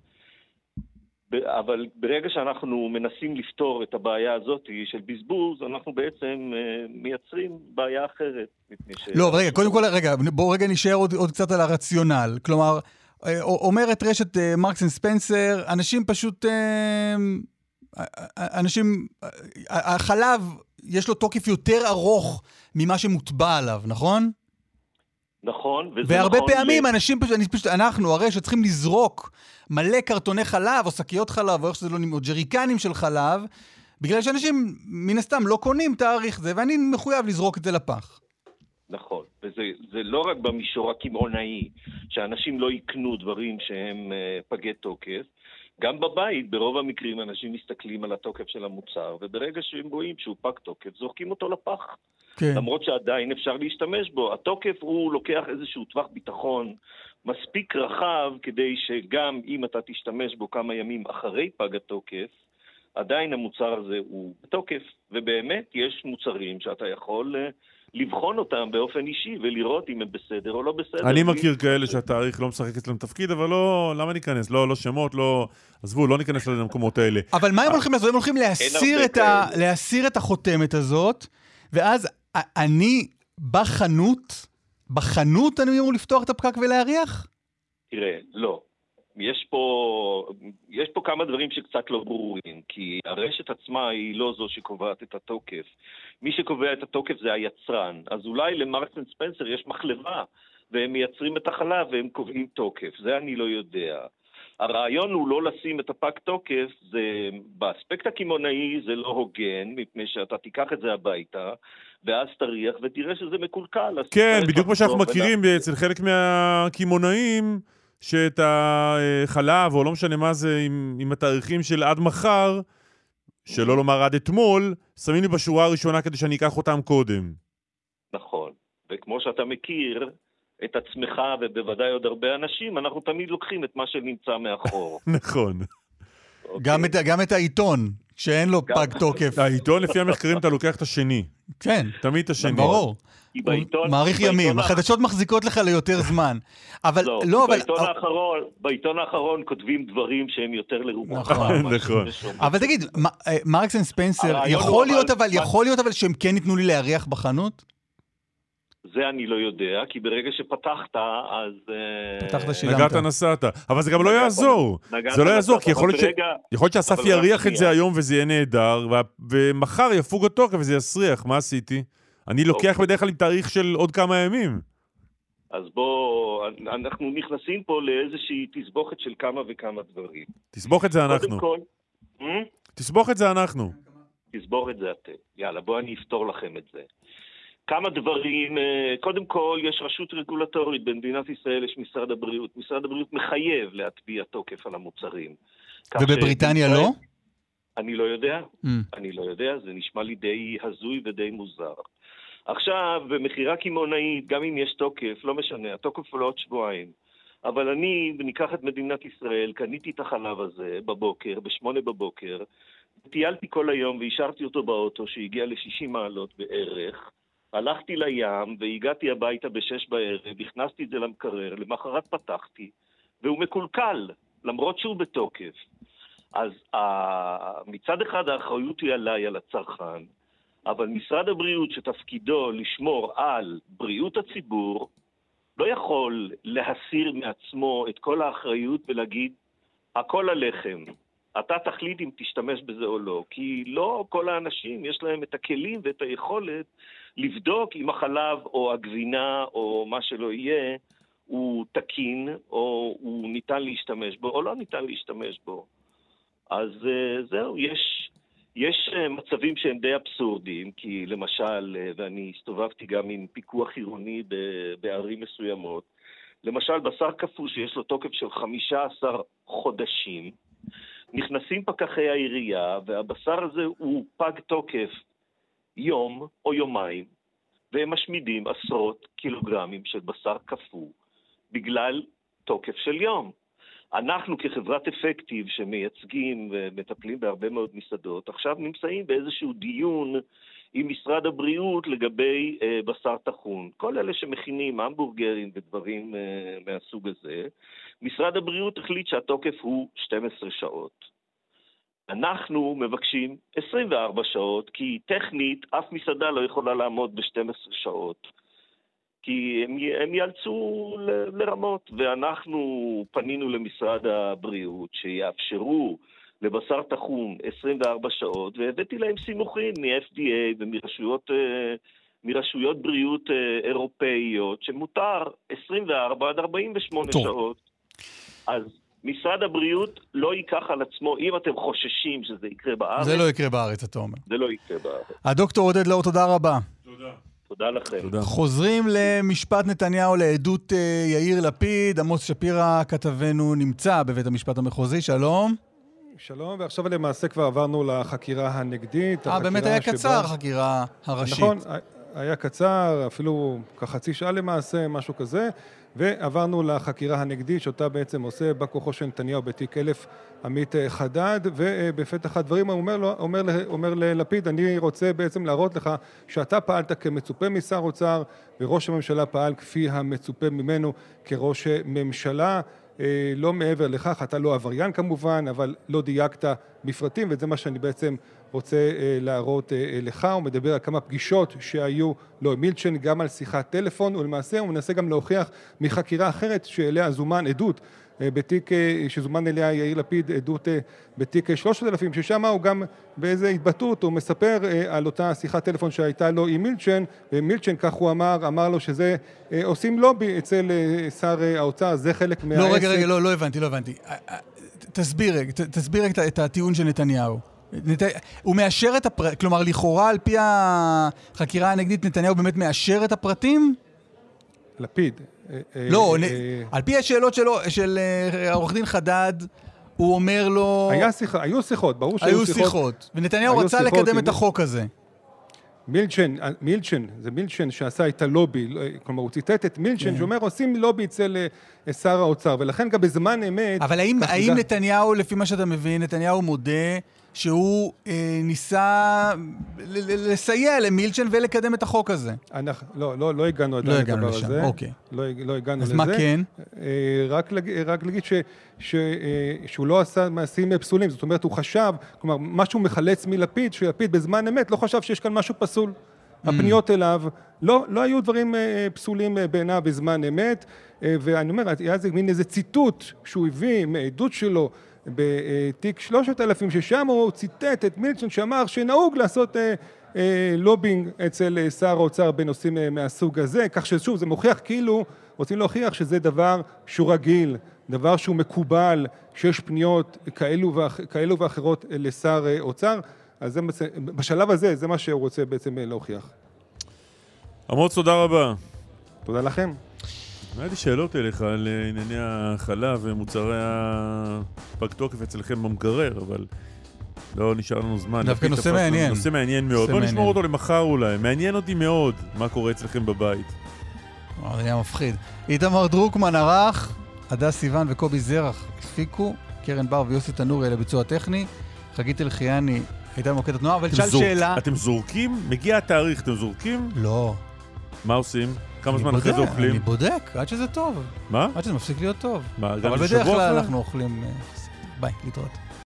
אבל ברגע שאנחנו מנסים לפתור את הבעיה הזאת של בזבוז, אנחנו בעצם מייצרים בעיה אחרת. לא, רגע, קודם כל, בואו רגע נשאר עוד קצת על הרציונל. כלומר, אומרת רשת מרקס אנד ספנסר, אנשים פשוט, החלב יש לו תוקף יותר ארוך ממה שמוטבע עליו, נכון? נכון, וזה והרבה נכון. פעמים אנשים פשוט, אנחנו הרי שצריכים לזרוק מלא קרטוני חלב, או שקיות חלב, או איך שזה לא נמוד, ג'ריקנים של חלב, בגלל שאנשים מן הסתם לא קונים תאריך זה, ואני מחויב לזרוק את זה לפח. נכון, וזה לא רק במישור הקמעונאי, שאנשים לא יקנו דברים שהם פגי תוקף, גם בבית, ברוב המקרים, אנשים מסתכלים על התוקף של המוצר, וברגע שהם רואים שהוא פג תוקף, זורקים אותו לפח. כן. למרות שעדיין אפשר להשתמש בו. התוקף הוא לוקח איזשהו טווח ביטחון מספיק רחב, כדי שגם אם אתה תשתמש בו כמה ימים אחרי פג התוקף, עדיין המוצר הזה הוא בתוקף. ובאמת יש מוצרים שאתה יכול לבחון אותם באופן אישי ולראות אם הם בסדר או לא בסדר. אני מכיר כאלה שהתאריך לא משחק אצלם תפקיד, אבל לא, למה ניכנס? לא שמות, לא... עזבו, לא ניכנס למקומות האלה. אבל מה הם הולכים לעשות? הם הולכים להסיר את החותמת הזאת, ואז אני בחנות אני אמור לפתוח את הפקק ולהריח? תראה, לא. יש פה כמה דברים שקצת לא ברורים, כי הרשת עצמה היא לא זו שקובעת את התוקף. מי שקובע את התוקף זה היצרן. אז אולי למרקס אנד ספנסר יש מחלבה, והם מייצרים את החלב והם קובעים תוקף. זה אני לא יודע. הרעיון הוא לא לשים את הפג תוקף, באספקט הקמעונאי זה לא הוגן, מפני שאתה תיקח את זה הביתה, ואז תריח ותראה שזה מקולקל. כן, בדיוק מה שאנחנו מכירים אצל חלק מהקמעונאים, שאת החלב, או לא משנה מה זה, עם התאריכים של עד מחר, שלא לומר עד אתמול, שמים לי בשורה הראשונה כדי שאני אקח אותם קודם. נכון, וכמו שאתה מכיר את עצמך, ובוודאי עוד הרבה אנשים, אנחנו תמיד לוקחים את מה שנמצא מאחור. נכון. גם את העיתון, שאין לו פג תוקף. העיתון, לפי המחקרים, אתה לוקח את השני. כן. תמיד את השני. ברור. מעריך ימים, החדשות מחזיקות לך ליותר זמן. אבל לא, בעיתון האחרון כותבים דברים שהם יותר לרוחך. נכון. אבל תגיד, מרקס אנד ספנסר, יכול להיות אבל שהם כן ייתנו לי להריח בחנות? זה אני לא יודע, כי ברגע שפתחת, אז... נגעת נסעת. אבל זה גם לא יעזור. זה לא יעזור, כי יכול להיות שאסף יריח את זה היום וזה יהיה נהדר, ומחר יפוג התוקף וזה יסריח. מה עשיתי? אני לוקח בדרך כלל עם תאריך של עוד כמה ימים. אז בוא, אנחנו נכנסים פה לאיזושהי תסבוכת של כמה וכמה דברים. תסבוכת זה אנחנו. תסבוכת זה אנחנו. תסבוכת זה אתם. יאללה, בוא אני אפתור לכם את זה. כמה דברים, קודם כל יש רשות רגולטורית במדינת ישראל, יש משרד הבריאות. משרד הבריאות מחייב להטביע תוקף על המוצרים. ובבריטניה לא? אני לא יודע, זה נשמע לי די הזוי ודי מוזר. עכשיו, במחירה קמעונאית, גם אם יש תוקף, לא משנה, התוקף הוא לא עוד שבועיים. אבל אני, וניקח את מדינת ישראל, קניתי את החלב הזה בבוקר, ב8 בבוקר, טיילתי כל היום והשארתי אותו באוטו שהגיע ל60 מעלות בערך, הלכתי לים והגעתי הביתה ב6 בערב, הכנסתי את זה למקרר, למחרת פתחתי, והוא מקולקל, למרות שהוא בתוקף. אז מצד אחד האחריות היא עליי, על הצרכן, אבל משרד הבריאות שתפקידו לשמור על בריאות הציבור, לא יכול להסיר מעצמו את כל האחריות ולהגיד, הכל עליכם. אתה תחליט אם תשתמש בזה או לא, כי לא כל האנשים יש להם את הכלים ואת היכולת לבדוק אם החלב או הגבינה או מה שלא יהיה הוא תקין או הוא ניתן להשתמש בו או לא ניתן להשתמש בו. אז זהו, יש מצבים שהם די אבסורדיים, כי למשל, ואני הסתובבתי גם עם פיקוח עירוני בערים מסוימות, למשל בשר קפוא שיש לו תוקף של 15 חודשים, נכנסים פקחי העירייה, והבשר הזה הוא פג תוקף יום או יומיים, והם משמידים עשרות קילוגרמים של בשר קפוא, בגלל תוקף של יום. אנחנו כחברת אפקטיב שמייצגים ומטפלים בהרבה מאוד מסעדות, עכשיו נמצאים באיזשהו דיון עם משרד הבריאות לגבי בשר טחון. כל אלה שמכינים המבורגרים ודברים מהסוג הזה, משרד הבריאות החליט שהתוקף הוא 12 שעות. אנחנו מבקשים 24 שעות, כי טכנית אף מסעדה לא יכולה לעמוד ב-12 שעות. כי הם יאלצו לרמות, ואנחנו פנינו למשרד הבריאות שיאפשרו לבשר תחום 24 שעות, והבאתי להם סימוכין מ-FDA ומרשויות בריאות אירופאיות, שמותר 24 עד 48 שעות. אז משרד הבריאות לא ייקח על עצמו, אם אתם חוששים שזה יקרה בארץ. זה לא יקרה בארץ, אתה אומר. זה לא יקרה בארץ. הדוקטור עודד לאור, תודה רבה. תודה. תודה לכם. תודה. חוזרים למשפט נתניהו, לעדות יאיר לפיד. עמוס שפירא כתבנו נמצא בבית המשפט המחוזי, שלום. שלום, ועכשיו למעשה כבר עברנו לחקירה הנגדית. באמת היה קצר, החקירה הראשית. נכון, היה קצר, אפילו כחצי שעה למעשה, משהו כזה, ועברנו לחקירה הנגדית, שאותה בעצם עושה בא כוחו של נתניהו בתיק 1000 עמית חדד, ובפתח הדברים הוא אומר ללפיד, אני רוצה בעצם להראות לך שאתה פעלת כמצופה משר אוצר, וראש הממשלה פעל כפי המצופה ממנו כראש ממשלה, לא מעבר לכך, אתה לא עבריין כמובן, אבל לא דייקת בפרטים, וזה מה שאני בעצם רוצה להראות לך. הוא מדבר על כמה פגישות שהיו לו עם מילצ'ן, גם על שיחת טלפון, ולמעשה הוא מנסה גם להוכיח מחקירה אחרת שאליה זומן עדות, בתיק שזומן אליה יאיר לפיד, עדות בתיק 3000, ששם הוא גם באיזה התבטאות, הוא מספר על אותה שיחת טלפון שהייתה לו עם מילצ'ן, ומילצ'ן, כך הוא אמר לו שזה עושים לובי אצל שר האוצר, זה חלק מהעסק. לא, רגע, לא הבנתי. תסביר את הטיעון של נתניהו. הוא מאשר את הפרטים, כלומר, לכאורה על פי החקירה הנגדית, נתניהו באמת מאשר את הפרטים? לפיד. לא, על פי השאלות של עורך דין חדד, הוא אומר לו... היו שיחות, ברור שהיו שיחות. היו שיחות, ונתניהו רצה לקדם את החוק הזה. מילצ'ן, זה מילצ'ן שעשה את הלובי, כלומר הוא ציטט את מילצ'ן שאומר עושים לובי אצל שר האוצר, ולכן גם בזמן אמת... אבל האם נתניהו, לפי מה שאתה מבין, נתניהו מודה שהוא ניסה לסייע למילצ'ן ולקדם את החוק הזה? לא הגענו עדיין לדבר הזה. אוקיי. לא הגענו לזה. אז מה כן? רק להגיד שהוא לא עשה מעשים פסולים, זאת אומרת הוא חשב, כלומר משהו מחלץ מלפיד, שלפיד בזמן אמת לא חשב שיש כאן משהו פסול. הפניות אליו לא היו דברים פסולים בעיניו בזמן אמת, ואני אומר, היה זה מין איזה ציטוט שהוא הביא מעדות שלו, בתיק 3000, ששם הוא ציטט את מילצ'ן שאמר שנהוג לעשות לובינג אצל שר האוצר בנושאים מהסוג הזה, כך ששוב זה מוכיח כאילו רוצים להוכיח שזה דבר שהוא רגיל, דבר שהוא מקובל, שיש פניות כאלו ואחרות לשר אוצר, אז בשלב הזה זה מה שהוא רוצה בעצם להוכיח. עמוס, תודה רבה. תודה לכם. היה לי שאלות אליך על ענייני החלב ומוצרי הפג תוקף אצלכם במקרר, אבל לא נשאר לנו זמן. דווקא נושא מעניין. נושא מעניין מאוד. בוא נשמור אותו למחר אולי. מעניין אותי מאוד מה קורה אצלכם בבית. זה היה מפחיד. איתמר דרוקמן ערך, עדה סיוון וקובי זרח הפיקו, קרן בר ויוסי תנורי אלה ביצוע טכני, חגית אלחייני הייתה במוקד התנועה, אבל שאל שאלה... אתם זורקים? מגיע התאריך, אתם זורקים? לא. מה עושים? כמה זמן אחרי זה אוכלים? אני בודק, עד שזה טוב. מה? עד שזה מפסיק להיות טוב. מה, אבל בדרך כלל אנחנו אוכלים... ביי, להתראות.